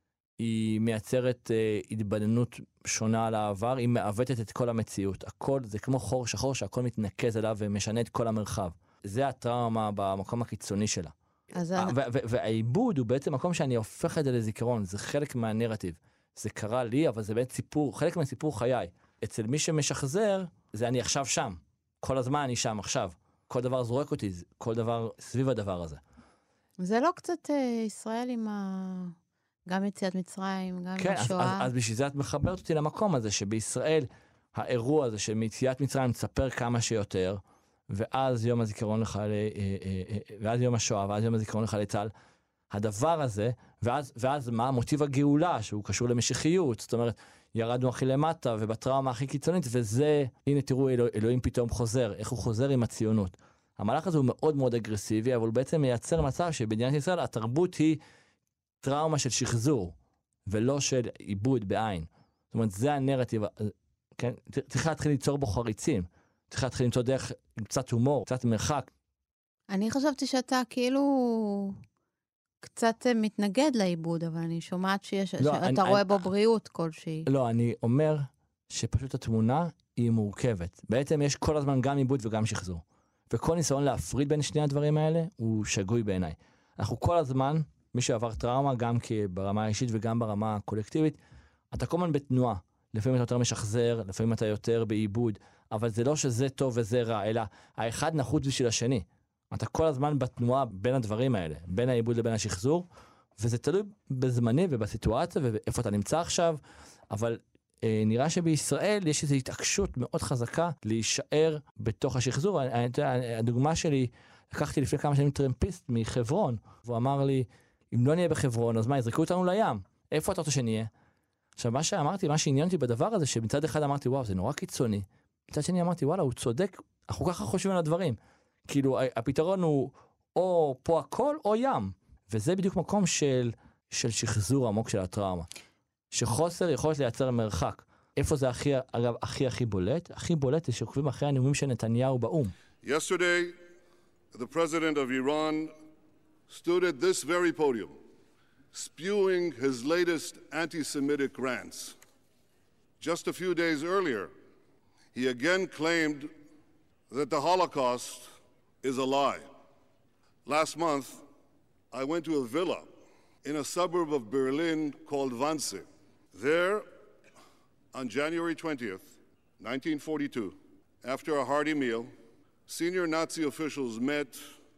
היא מייצרת אה, התבוננות שונה על העבר, היא מעוותת את כל המציאות. הכל, זה כמו חור שחור שהכל מתנקז אליו ומשנה את כל המרחב. זה הטראומה במקום הקיצוני שלה. והעיבוד הוא בעצם מקום שאני הופך את זה לזיכרון, זה חלק מהנרטיב. זה קרה לי, אבל זה באמת סיפור, חלק מהסיפור חיי. אצל מי שמשחזר, זה אני עכשיו שם. כל הזמן אני שם עכשיו. כל דבר זורק אותי, כל דבר סביב הדבר הזה. זה לא קצת אה, ישראל עם ה... גם יציאת מצרים, גם כן, עם השואה. אז, אז, אז בשביל זה את מחברת אותי למקום הזה, שבישראל האירוע הזה של יציאת מצרים תספר כמה שיותר, ואז יום הזיכרון לך, ואז יום השואה, ואז יום הזיכרון לך לצה"ל, הדבר הזה, ואז, ואז מה? מוטיב הגאולה, שהוא קשור למשיחיות, זאת אומרת, ירדנו הכי למטה, ובטראומה הכי קיצונית, וזה, הנה תראו, אלוה, אלוהים פתאום חוזר, איך הוא חוזר עם הציונות. המהלך הזה הוא מאוד מאוד אגרסיבי, אבל הוא בעצם מייצר מצב שבמדינת ישראל התרבות היא טראומה של שחזור, ולא של עיבוד בעין. זאת אומרת, זה הנרטיב, כן? צריך להתחיל ליצור בו חריצים, צריך להתחיל למצוא דרך עם קצת הומור, קצת מרחק. אני חשבתי שאתה כאילו קצת מתנגד לעיבוד, אבל אני שומעת שיש, לא, שאתה אני, רואה אני, בו בריאות כלשהי. לא, אני אומר שפשוט התמונה היא מורכבת. בעצם יש כל הזמן גם עיבוד וגם שחזור. וכל ניסיון להפריד בין שני הדברים האלה הוא שגוי בעיניי. אנחנו כל הזמן, מי שעבר טראומה, גם ברמה האישית וגם ברמה הקולקטיבית, אתה כל הזמן בתנועה. לפעמים אתה יותר משחזר, לפעמים אתה יותר בעיבוד, אבל זה לא שזה טוב וזה רע, אלא האחד נחוץ בשביל השני. אתה כל הזמן בתנועה בין הדברים האלה, בין העיבוד לבין השחזור, וזה תלוי בזמני ובסיטואציה ואיפה אתה נמצא עכשיו, אבל אה, נראה שבישראל יש איזו התעקשות מאוד חזקה להישאר בתוך השחזור. אני, אני, הדוגמה שלי, לקחתי לפני כמה שנים טרמפיסט מחברון, והוא אמר לי, אם לא נהיה בחברון, אז מה, יזרקו אותנו לים? איפה אתה רוצה שנהיה? עכשיו, מה שאמרתי, מה שעניין אותי בדבר הזה, שמצד אחד אמרתי, וואו, זה נורא קיצוני. מצד שני אמרתי, וואלה, הוא צודק, אנחנו ככה חושבים על הדברים. כאילו, הפתרון הוא או פה הכל או ים. וזה בדיוק מקום של, של שחזור עמוק של הטראומה. שחוסר יכולת לייצר מרחק. איפה זה הכי, אגב, הכי הכי בולט? הכי בולט זה שעוקבים אחרי הנאומים של נתניהו באום. Yesterday, the president of Iran stood at this very podium, spewing his latest anti-Semitic rants. Just a few days earlier, he again claimed that the Holocaust is a lie. Last month, I went to a villa in a suburb of Berlin called Wannsee. There, on January twentieth, nineteen forty-two, after a hearty meal, senior Nazi officials met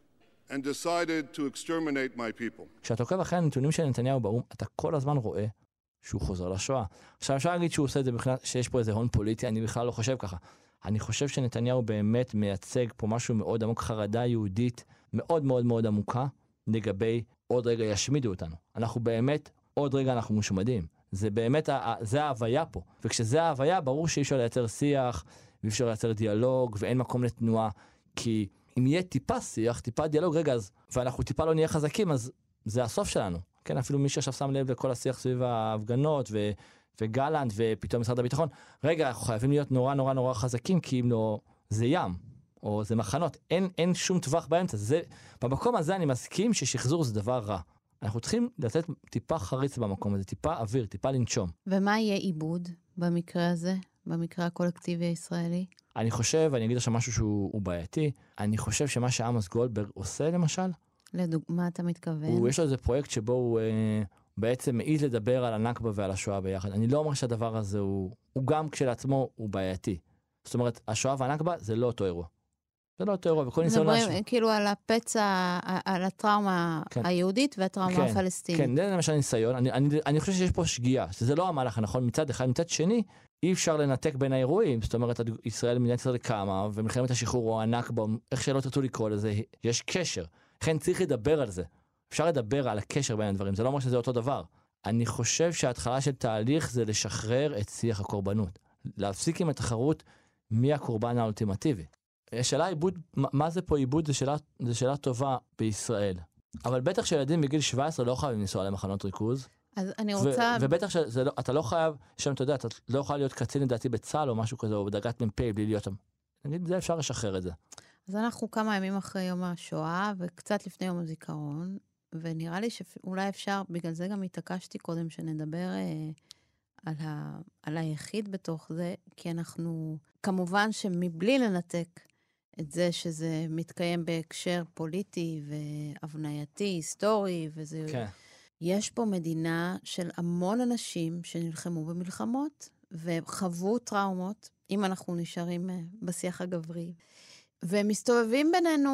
and decided to exterminate my people. כשאתה עוקב אחרי הנתונים של נתניהו באום, אתה כל הזמן רואה שהוא חוזר לשואה. עכשיו אפשר להגיד שהוא עושה את זה בכלל, שיש פה איזה הון פוליטי, אני בכלל לא חושב ככה. אני חושב שנתניהו באמת מייצג פה משהו מאוד עמוק, חרדה יהודית מאוד מאוד מאוד עמוקה, לגבי עוד רגע ישמידו אותנו. אנחנו באמת, עוד רגע אנחנו מושמדים. זה באמת, זה ההוויה פה. וכשזה ההוויה, ברור שאי אפשר לייצר שיח, ואי אפשר לייצר דיאלוג, ואין מקום לתנועה, כי אם יהיה טיפה שיח, טיפה דיאלוג, רגע, אז, ואנחנו טיפה לא נהיה חזקים, אז זה הסוף שלנו. כן, אפילו מי שעכשיו שם לב לכל השיח סביב ההפגנות, ו, וגלנט, ופתאום משרד הביטחון, רגע, אנחנו חייבים להיות נורא נורא נורא חזקים, כי אם לא, זה ים, או זה מחנות. אין, אין שום טווח באמצע. זה, במקום הזה אני מסכים ששחזור זה דבר רע. אנחנו צריכים לתת טיפה חריץ במקום הזה, טיפה אוויר, טיפה לנשום. ומה יהיה עיבוד במקרה הזה, במקרה הקולקטיבי הישראלי? אני חושב, אני אגיד עכשיו משהו שהוא בעייתי, אני חושב שמה שעמוס גולדברג עושה למשל, לדוגמה אתה מתכוון? הוא, יש לו איזה פרויקט שבו הוא אה, בעצם מעיז לדבר על הנכבה ועל השואה ביחד. אני לא אומר שהדבר הזה הוא, הוא גם כשלעצמו הוא בעייתי. זאת אומרת, השואה והנכבה זה לא אותו אירוע. זה לא אותו אירוע, וכל ניסיון להשוות. מדברים כאילו על הפצע, על הטראומה כן. היהודית והטראומה כן, הפלסטינית. כן, זה למשל ניסיון. אני, אני, אני חושב שיש פה שגיאה, שזה לא המהלך הנכון מצד אחד, מצד שני, אי אפשר לנתק בין האירועים. זאת אומרת, ישראל, מדינת ישראל קמה, ומלחמת השחרור או הנכבה, איך שלא תרצו לקרוא לזה, יש קשר. לכן צריך לדבר על זה. אפשר לדבר על הקשר בין הדברים. זה לא אומר שזה אותו דבר. אני חושב שההתחלה של תהליך זה לשחרר את שיח הקורבנות. להפסיק עם התחרות מי הקורבן האולטימטיבי. השאלה עיבוד, מה זה פה עיבוד? זו שאלה, זו שאלה טובה בישראל. אבל בטח שילדים בגיל שבע עשרה לא חייבים לנסוע למחנות ריכוז. אז אני רוצה... ו- ובטח שאתה לא חייב, שם אתה יודע, אתה לא יכול להיות קצין לדעתי בצה"ל או משהו כזה, או בדרגת מ"פ בלי להיות שם. נגיד, זה אפשר לשחרר את זה. אז אנחנו כמה ימים אחרי יום השואה, וקצת לפני יום הזיכרון, ונראה לי שאולי אפשר, בגלל זה גם התעקשתי קודם שנדבר אה, על, ה, על היחיד בתוך זה, כי אנחנו, כמובן שמבלי לנתק את זה שזה מתקיים בהקשר פוליטי והבנייתי, היסטורי, וזה... כן. יש פה מדינה של המון אנשים שנלחמו במלחמות, וחוו טראומות, אם אנחנו נשארים בשיח הגברי, והם מסתובבים בינינו,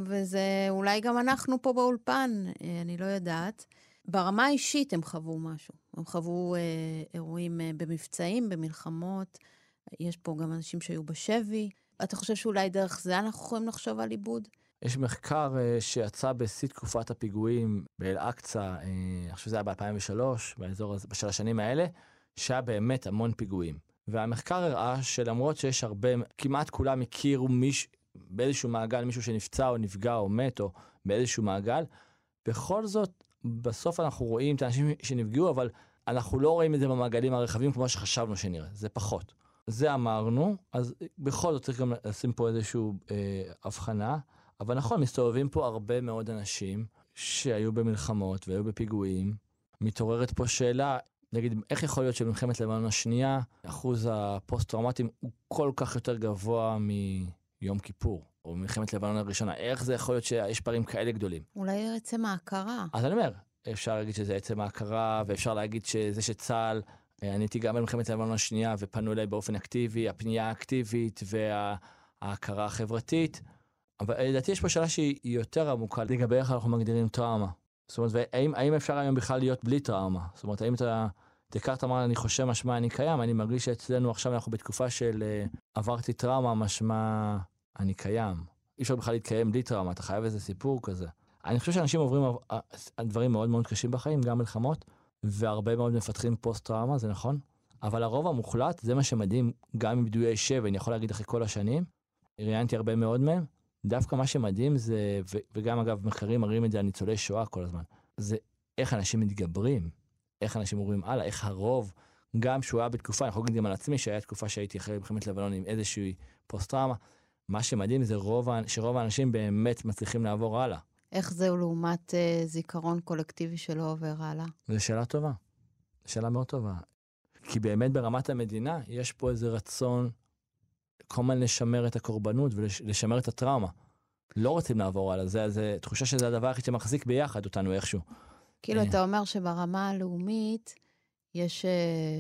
וזה אולי גם אנחנו פה באולפן, אני לא יודעת. ברמה האישית הם חוו משהו. הם חוו אה, אירועים אה, במבצעים, במלחמות. יש פה גם אנשים שהיו בשבי. אתה חושב שאולי דרך זה אנחנו יכולים לחשוב על עיבוד? יש מחקר uh, שיצא בשיא תקופת הפיגועים באל-אקצא, uh, אני חושב שזה היה ב-אלפיים ושלוש, באזור הזה, של השנים האלה, שהיה באמת המון פיגועים. והמחקר הראה שלמרות שיש הרבה, כמעט כולם הכירו מיש, באיזשהו מעגל, מישהו שנפצע או נפגע או מת, או באיזשהו מעגל, בכל זאת, בסוף אנחנו רואים את האנשים שנפגעו, אבל אנחנו לא רואים את זה במעגלים הרחבים כמו שחשבנו שנראה, זה פחות. זה אמרנו, אז בכל זאת צריך גם לשים פה איזשהו אה, הבחנה, אבל נכון, מסתובבים פה הרבה מאוד אנשים שהיו במלחמות והיו בפיגועים, מתעוררת פה שאלה, נגיד, איך יכול להיות שבמלחמת לבנון השנייה, אחוז הפוסט-טראומטיים הוא כל כך יותר גבוה מיום כיפור, או במלחמת לבנון הראשונה, איך זה יכול להיות שיש פערים כאלה גדולים? אולי עצם ההכרה. אז אני אומר, אפשר להגיד שזה עצם ההכרה, ואפשר להגיד שזה שצה"ל, אני הייתי גם במלחמת לבנון השנייה, ופנו אליי באופן אקטיבי, הפנייה האקטיבית וההכרה החברתית, אבל לדעתי יש פה שאלה שהיא יותר עמוקה, לגבי איך אנחנו מגדירים טראומה. זאת אומרת, והאם, האם אפשר היום בכלל להיות בלי טראומה? זאת אומרת, האם אתה, דקארט אמר, אני חושב משמע אני קיים, אני מרגיש שאצלנו עכשיו אנחנו בתקופה של עברתי טראומה, משמע אני קיים. אי אפשר בכלל להתקיים בלי טראומה, אתה חייב איזה סיפור כזה. אני חושב שאנשים עוברים דברים מאוד מאוד קשים בחיים, גם מלחמות, והרבה מאוד מפתחים פוסט-טראומה, זה נכון? אבל הרוב המוחלט, זה מה שמדהים, גם מבדויי שב, אני יכול להגיד אחרי כל השנים, ראיינתי הרבה מאוד מהם, דווקא מה שמדהים זה, ו- וגם אגב מחקרים מראים את זה על ניצולי שואה כל הזמן, זה איך אנשים מתגברים, איך אנשים אומרים, הלאה, איך הרוב, גם שהוא היה בתקופה, אני יכול להגיד גם על עצמי, שהיה תקופה שהייתי אחרי מלחמת לבנון עם איזושהי פוסט-טראומה, מה שמדהים זה רוב, שרוב האנשים באמת מצליחים לעבור הלאה. איך זהו לעומת אה, זיכרון קולקטיבי שלא עובר הלאה? זו שאלה טובה, שאלה מאוד טובה. כי באמת ברמת המדינה יש פה איזה רצון כל הזמן לשמר את הקורבנות ולשמר את הטראומה. לא רוצים לעבור הלאה, זה, זה תחושה שזה הדבר הכי שמחזיק ביחד אותנו איכשהו. כאילו אתה אומר שברמה הלאומית יש אה,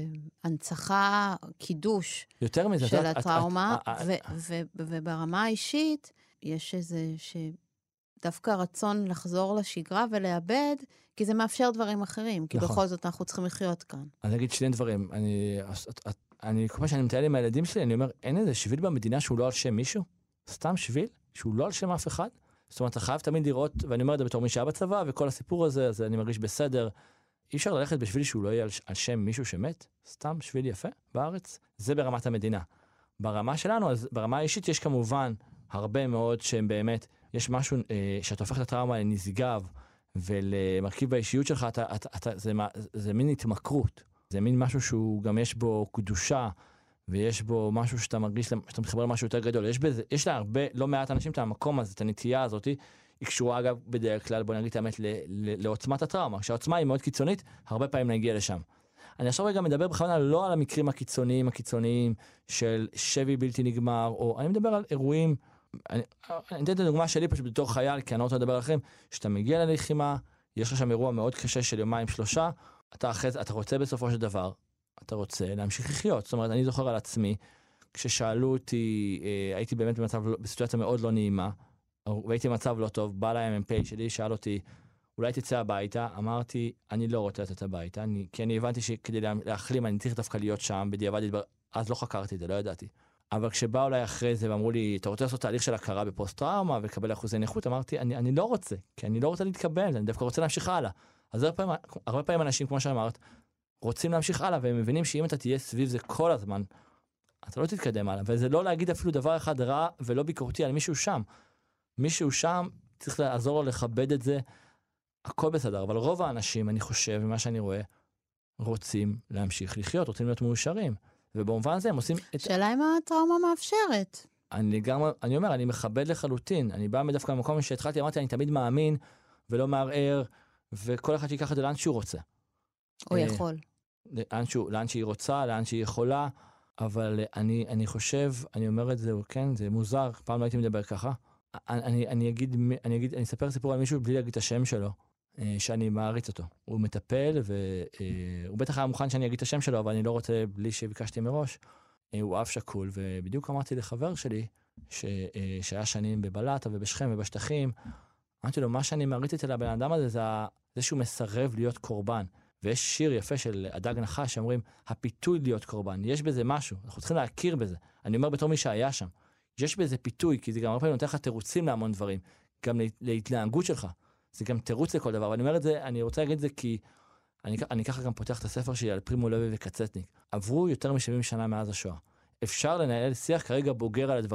הנצחה, קידוש יותר מזה, של את, הטראומה, את, את, ו- ו- וברמה האישית יש איזה שדווקא רצון לחזור לשגרה ולאבד, כי זה מאפשר דברים אחרים, כי נכון. בכל זאת אנחנו צריכים לחיות כאן. אני אגיד שני דברים, אני, אני, כל פעם שאני מטייל עם הילדים שלי, אני אומר, אין איזה שביל במדינה שהוא לא על שם מישהו? סתם שביל? שהוא לא על שם אף אחד? זאת אומרת, אתה חייב תמיד לראות, ואני אומר את זה בתור מי שהיה בצבא, וכל הסיפור הזה, אז אני מרגיש בסדר. אי אפשר ללכת בשביל שהוא לא יהיה על, על שם מישהו שמת? סתם שביל יפה בארץ? זה ברמת המדינה. ברמה שלנו, אז ברמה האישית יש כמובן הרבה מאוד שהם באמת, יש משהו אה, שאתה הופך את הטראומה לנשגב, ולמרכיב באישיות שלך, אתה, אתה, אתה, זה, זה מין התמכרות. זה מין משהו שהוא גם יש בו קדושה, ויש בו משהו שאתה מרגיש, שאתה מתחבר למשהו יותר גדול. יש בזה, יש לה הרבה, לא מעט אנשים את המקום הזה, את הנטייה הזאת, היא קשורה אגב בדרך כלל, בוא נגיד את האמת, ל, ל, לעוצמת הטראומה. כשהעוצמה היא מאוד קיצונית, הרבה פעמים נגיע לשם. אני עכשיו רגע מדבר בכוונה לא על המקרים הקיצוניים, הקיצוניים של שבי בלתי נגמר, או אני מדבר על אירועים, אני, אני אתן את הדוגמה שלי פשוט בתור חייל, כי אני לא רוצה לדבר עליכם, שאתה מגיע ללחימה, יש לך שם אירוע מאוד קשה של יומיים שלושה, אתה אחרי זה, אתה רוצה בסופו של דבר, אתה רוצה להמשיך לחיות. זאת אומרת, אני זוכר על עצמי, כששאלו אותי, אה, הייתי באמת במצב, בסיטואציה מאוד לא נעימה, והייתי במצב לא טוב, בא להם אמפי שלי, שאל אותי, אולי תצא הביתה, אמרתי, אני לא רוצה לצאת הביתה, אני, כי אני הבנתי שכדי להחלים, אני צריך דווקא להיות שם, בדיעבד, אז לא חקרתי את זה, לא ידעתי. אבל כשבאו אליי אחרי זה ואמרו לי, אתה רוצה לעשות תהליך של הכרה בפוסט-טראומה ולקבל אחוזי נכות, אמרתי, אני, אני לא רוצה, כי אני לא רוצה להתקבל, אני דווקא רוצה להמשיך הלאה. אז הרבה פעמים, הרבה פעמים אנשים, כמו שאמרת, רוצים להמשיך הלאה, והם מבינים שאם אתה תהיה סביב זה כל הזמן, אתה לא תתקדם הלאה, וזה לא להגיד אפילו דבר אחד רע ולא ביקורתי על מישהו שם. מישהו שם, צריך לעזור לו לכבד את זה, הכל בסדר, אבל רוב האנשים, אני חושב, ממה שאני רואה, רוצים להמשיך לחיות, רוצים להיות מאושרים, ובמובן הזה הם עושים את... שאלה אם הטראומה מאפשרת. אני גם, אני אומר, אני מכבד לחלוטין, אני בא מדווקא למקום שהתחלתי, אמרתי, אני תמיד מאמין ולא מערער, וכל אחד שיקח את זה לאן שהוא רוצה. או יכול. לאן, שהוא, לאן שהיא רוצה, לאן שהיא יכולה, אבל אני, אני חושב, אני אומר את זה, כן, זה מוזר, פעם לא הייתי מדבר ככה. אני, אני אגיד, אני אגיד, אני אספר סיפור על מישהו בלי להגיד את השם שלו, שאני מעריץ אותו. הוא מטפל, והוא בטח היה מוכן שאני אגיד את השם שלו, אבל אני לא רוצה בלי שביקשתי מראש. הוא אב שקול, ובדיוק אמרתי לחבר שלי, ש, שהיה שנים בבלטה ובשכם ובשטחים, אמרתי לו, מה שאני מעריץ אצל הבן אדם הזה, זה, זה שהוא מסרב להיות קורבן. ויש שיר יפה של הדג נחש, שאומרים, הפיתוי להיות קורבן. יש בזה משהו, אנחנו צריכים להכיר בזה. אני אומר בתור מי שהיה שם. יש בזה פיתוי, כי זה גם הרבה פעמים נותן לך תירוצים להמון דברים, גם להתנהגות שלך. זה גם תירוץ לכל דבר. ואני אומר את זה, אני רוצה להגיד את זה כי אני, אני ככה גם פותח את הספר שלי על פרימו לוי וקצטניק. עברו יותר מ-שבעים שנה מאז השואה. אפשר לנהל שיח כרגע בוגר על הדברים.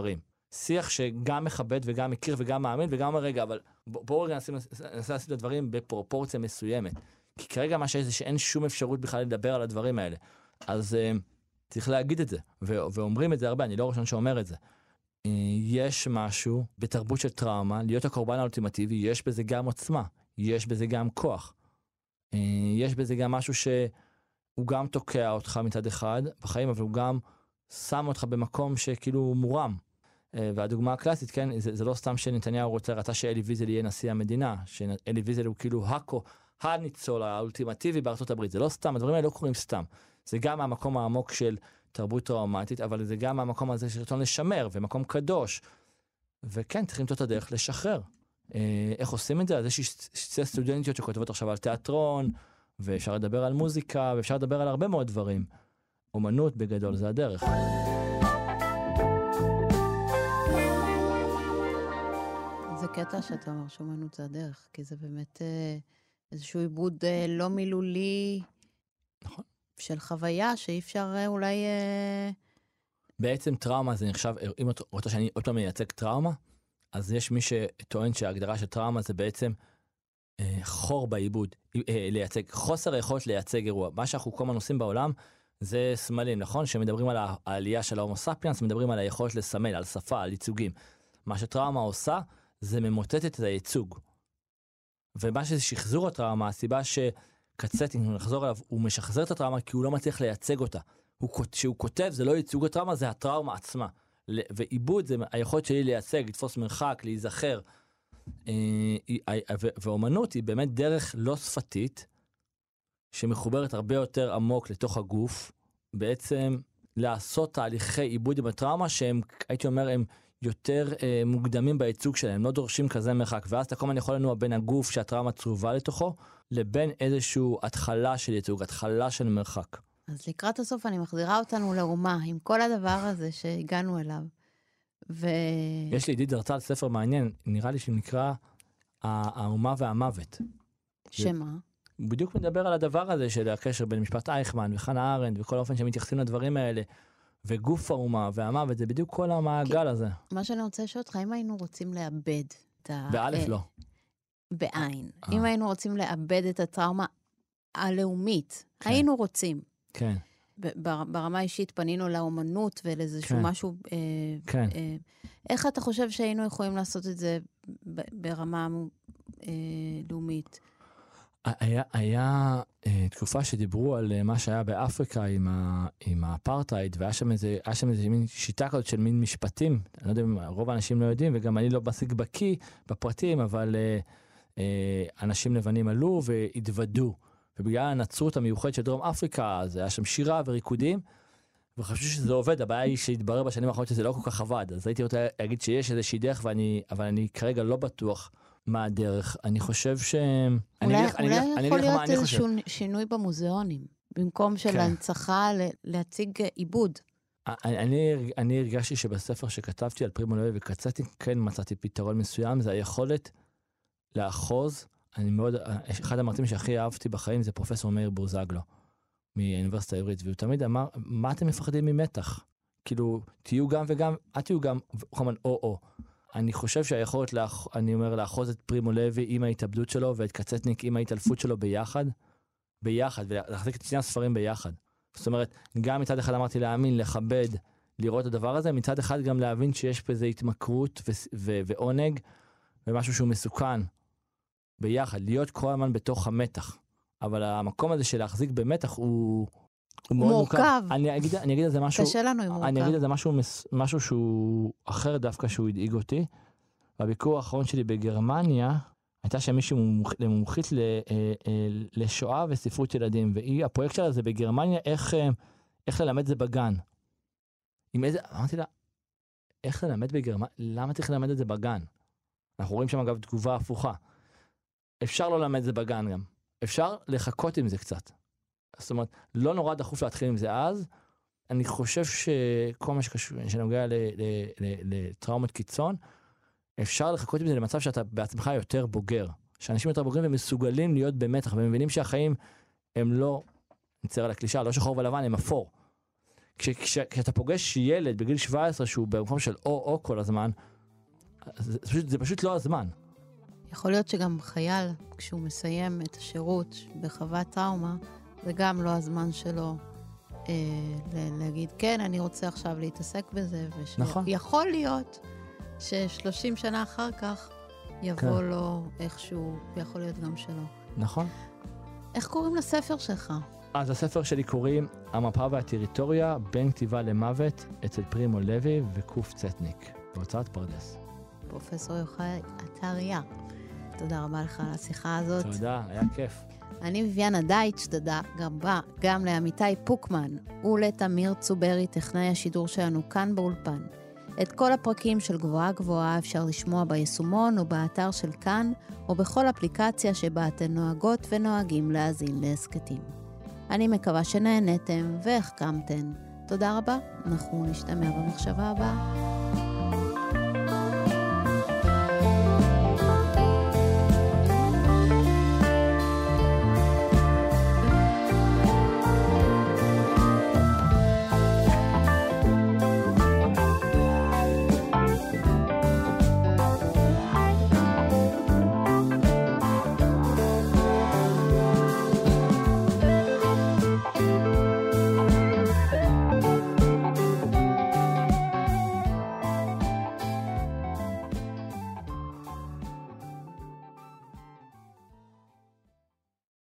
שיח שגם מכבד וגם מכיר וגם מאמין וגם אומר, רגע, אבל בואו רגע ננסה לעשות את הדברים בפרופורציה מסוימת. כי כרגע מה שיש זה שאין שום אפשרות בכלל לדבר על הדברים האלה. אז uh, צריך להגיד את זה, ו- ואומרים את זה הרבה, אני לא ראשון שאומר את זה. Uh, יש משהו בתרבות של טראומה, להיות הקורבן האולטימטיבי, יש בזה גם עוצמה, יש בזה גם כוח. Uh, יש בזה גם משהו שהוא גם תוקע אותך מצד אחד בחיים, אבל הוא גם שם אותך במקום שכאילו מורם. Uh, והדוגמה הקלאסית, כן, זה, זה לא סתם שנתניהו רוצה, רצה שאלי ויזל יהיה נשיא המדינה, שאלי ויזל הוא כאילו הקו, הניצול האולטימטיבי בארצות הברית. זה לא סתם, הדברים האלה לא קורים סתם. זה גם מהמקום העמוק של תרבות טראומטית, אבל זה גם מהמקום הזה של רצון לשמר, ומקום קדוש. וכן, צריכים למצוא את הדרך לשחרר. אה, איך עושים את זה? אז יש שתי סטודנטיות שכותבות עכשיו על תיאטרון, ואפשר לדבר על מוזיקה, ואפשר לדבר על הרבה מאוד דברים. אומנות בגדול, זה הדרך. זה קטע שאתה אומר שאומנות זה הדרך, כי זה באמת אה, איזשהו עיבוד אה, לא מילולי, נכון. של חוויה שאי אפשר אה, אולי... אה... בעצם טראומה זה נחשב, אם את רוצה שאני עוד פעם מייצג טראומה, אז יש מי שטוען שההגדרה של טראומה זה בעצם אה, חור בעיבוד, אה, לייצג, חוסר היכולת לייצג אירוע. מה שאנחנו כל הזמן עושים בעולם זה סמלים, נכון? שמדברים על העלייה של ההומו ספיאנס, מדברים על היכולת לסמל, על שפה, על ייצוגים. מה שטראומה עושה זה ממוטט את הייצוג. ומה שזה שחזור הטראומה, הסיבה שקצת, אם נחזור עליו, הוא משחזר את הטראומה כי הוא לא מצליח לייצג אותה. כשהוא כותב, זה לא ייצוג הטראומה, זה הטראומה עצמה. ועיבוד זה היכולת שלי לייצג, לתפוס מרחק, להיזכר. ואומנות היא באמת דרך לא שפתית, שמחוברת הרבה יותר עמוק לתוך הגוף, בעצם לעשות תהליכי עיבוד עם הטראומה, שהם, הייתי אומר, הם יותר אה, מוקדמים בייצוג שלהם, לא דורשים כזה מרחק, ואז אתה כל הזמן יכול לנוע בין הגוף שהטראומה צרובה לתוכו, לבין איזשהו התחלה של ייצוג, התחלה של מרחק. אז לקראת הסוף אני מחזירה אותנו לאומה, עם כל הדבר הזה שהגענו אליו. ו... יש לי ידיד הרצאה על ספר מעניין, נראה לי שנקרא האומה והמוות. שמה? הוא בדיוק מדבר על הדבר הזה של הקשר בין משפט אייכמן וחנה ארנדט, וכל האופן שמתייחסים לדברים האלה, וגוף האומה והמוות, זה בדיוק כל המעגל הזה. מה שאני רוצה לשאול אותך, אם היינו רוצים לאבד את ה... באלף לא. בעין. אם היינו רוצים לאבד את הטראומה הלאומית, היינו רוצים. כן. ברמה האישית פנינו לאומנות ולאיזשהו משהו... כן. איך אתה חושב שהיינו יכולים לעשות את זה ברמה לאומית? היה, היה אה, תקופה שדיברו על אה, מה שהיה באפריקה עם, ה, עם האפרטהייד, והיה שם איזה, היה שם איזה מין שיטה כזאת של מין משפטים, אני לא יודע אם רוב האנשים לא יודעים, וגם אני לא משיג בקיא בפרטים, אבל אה, אה, אנשים לבנים עלו והתוודו, ובגלל הנצרות המיוחד של דרום אפריקה, אז היה שם שירה וריקודים, וחשבו שזה עובד, הבעיה היא שהתברר בשנים האחרונות שזה לא כל כך עבד, אז הייתי רוצה להגיד שיש איזושהי דרך, ואני, אבל אני כרגע לא בטוח מה הדרך. אני חושב ש... אולי, אולי יכול להיות איזשהו שינוי במוזיאונים, במקום של ההנצחה להציג עיבוד. אני, אני הרגשתי שבספר שכתבתי על פרימו לוי וקצתי, כן מצאתי פתרון מסוים, זה היכולת לאחוז. אני מאוד, אחד המרצים שהכי אהבתי בחיים זה פרופסור מאיר בוזגלו, מאוניברסיטה העברית, והוא תמיד אמר, מה אתם מפחדים ממתח? כאילו, תהיו גם וגם, אל תהיו גם, כמובן, או-או. אני חושב שהיכולת, לאח... אני אומר, לאחוז את פרימו לוי עם ההתאבדות שלו, ואת קצטניק עם ההתעלפות שלו ביחד, ביחד, ולהחזיק את שני הספרים ביחד. זאת אומרת, גם מצד אחד אמרתי להאמין, לכבד, לראות את הדבר הזה, מצד אחד גם להבין שיש פה איזו התמכרות ו... ו... ועונג, ומשהו שהוא מסוכן, ביחד, להיות כל הזמן בתוך המתח. אבל המקום הזה של להחזיק במתח הוא... הוא מאוד מורכב. מורכב. אני אגיד, אני אגיד על זה משהו... קשה לנו עם מורכב. אני אגיד על זה משהו, משהו שהוא אחר דווקא שהוא הדאיג אותי. בביקור האחרון שלי בגרמניה, הייתה שם מישהו מומחית לשואה וספרות ילדים, והיא, הפרויקט שלה זה בגרמניה, איך, איך ללמד זה בגן. עם איזה, אמרתי לה, איך ללמד בגרמניה? למה צריך ללמד את זה בגן? אנחנו רואים שם אגב תגובה הפוכה. אפשר לא ללמד זה בגן גם. אפשר לחכות עם זה קצת. זאת אומרת, לא נורא דחוף להתחיל עם זה אז. אני חושב שכל מה שקשור, שנוגע לטראומות קיצון, אפשר לחכות עם זה למצב שאתה בעצמך יותר בוגר. שאנשים יותר בוגרים ומסוגלים להיות במתח, ומבינים שהחיים הם לא, נצטער על הקלישה, לא שחור ולבן, הם אפור. כשאתה פוגש ילד בגיל שבע עשרה שהוא במקום של או-או כל הזמן, זה פשוט, זה פשוט לא הזמן. יכול להיות שגם חייל, כשהוא מסיים את השירות בחוות טראומה, זה גם לא הזמן שלו אה, להגיד, כן, אני רוצה עכשיו להתעסק בזה, וש... נכון. יכול להיות ש-שלושים שנה אחר כך יבוא כן. לו איכשהו, ויכול להיות גם שלו. נכון. איך קוראים לספר שלך? אז הספר שלי קוראים המפה והטריטוריה, בין כתיבה למוות, אצל פרימו לוי וקוף צטניק, בהוצאת פרדס. פרופסור יוחאי עטריה, תודה רבה לך על השיחה הזאת. תודה, היה כיף. אני ויאנה דייטש, תודה רבה גם לעמיתי פוקמן ולתמיר צוברי, טכנאי השידור שלנו כאן באולפן. את כל הפרקים של גבוהה גבוהה אפשר לשמוע ביישומון או באתר של כאן, או בכל אפליקציה שבה אתן נוהגות ונוהגים להאזין להסקטים. אני מקווה שנהנתם והחכמתן. תודה רבה, אנחנו נשתמע במחשבה הבאה.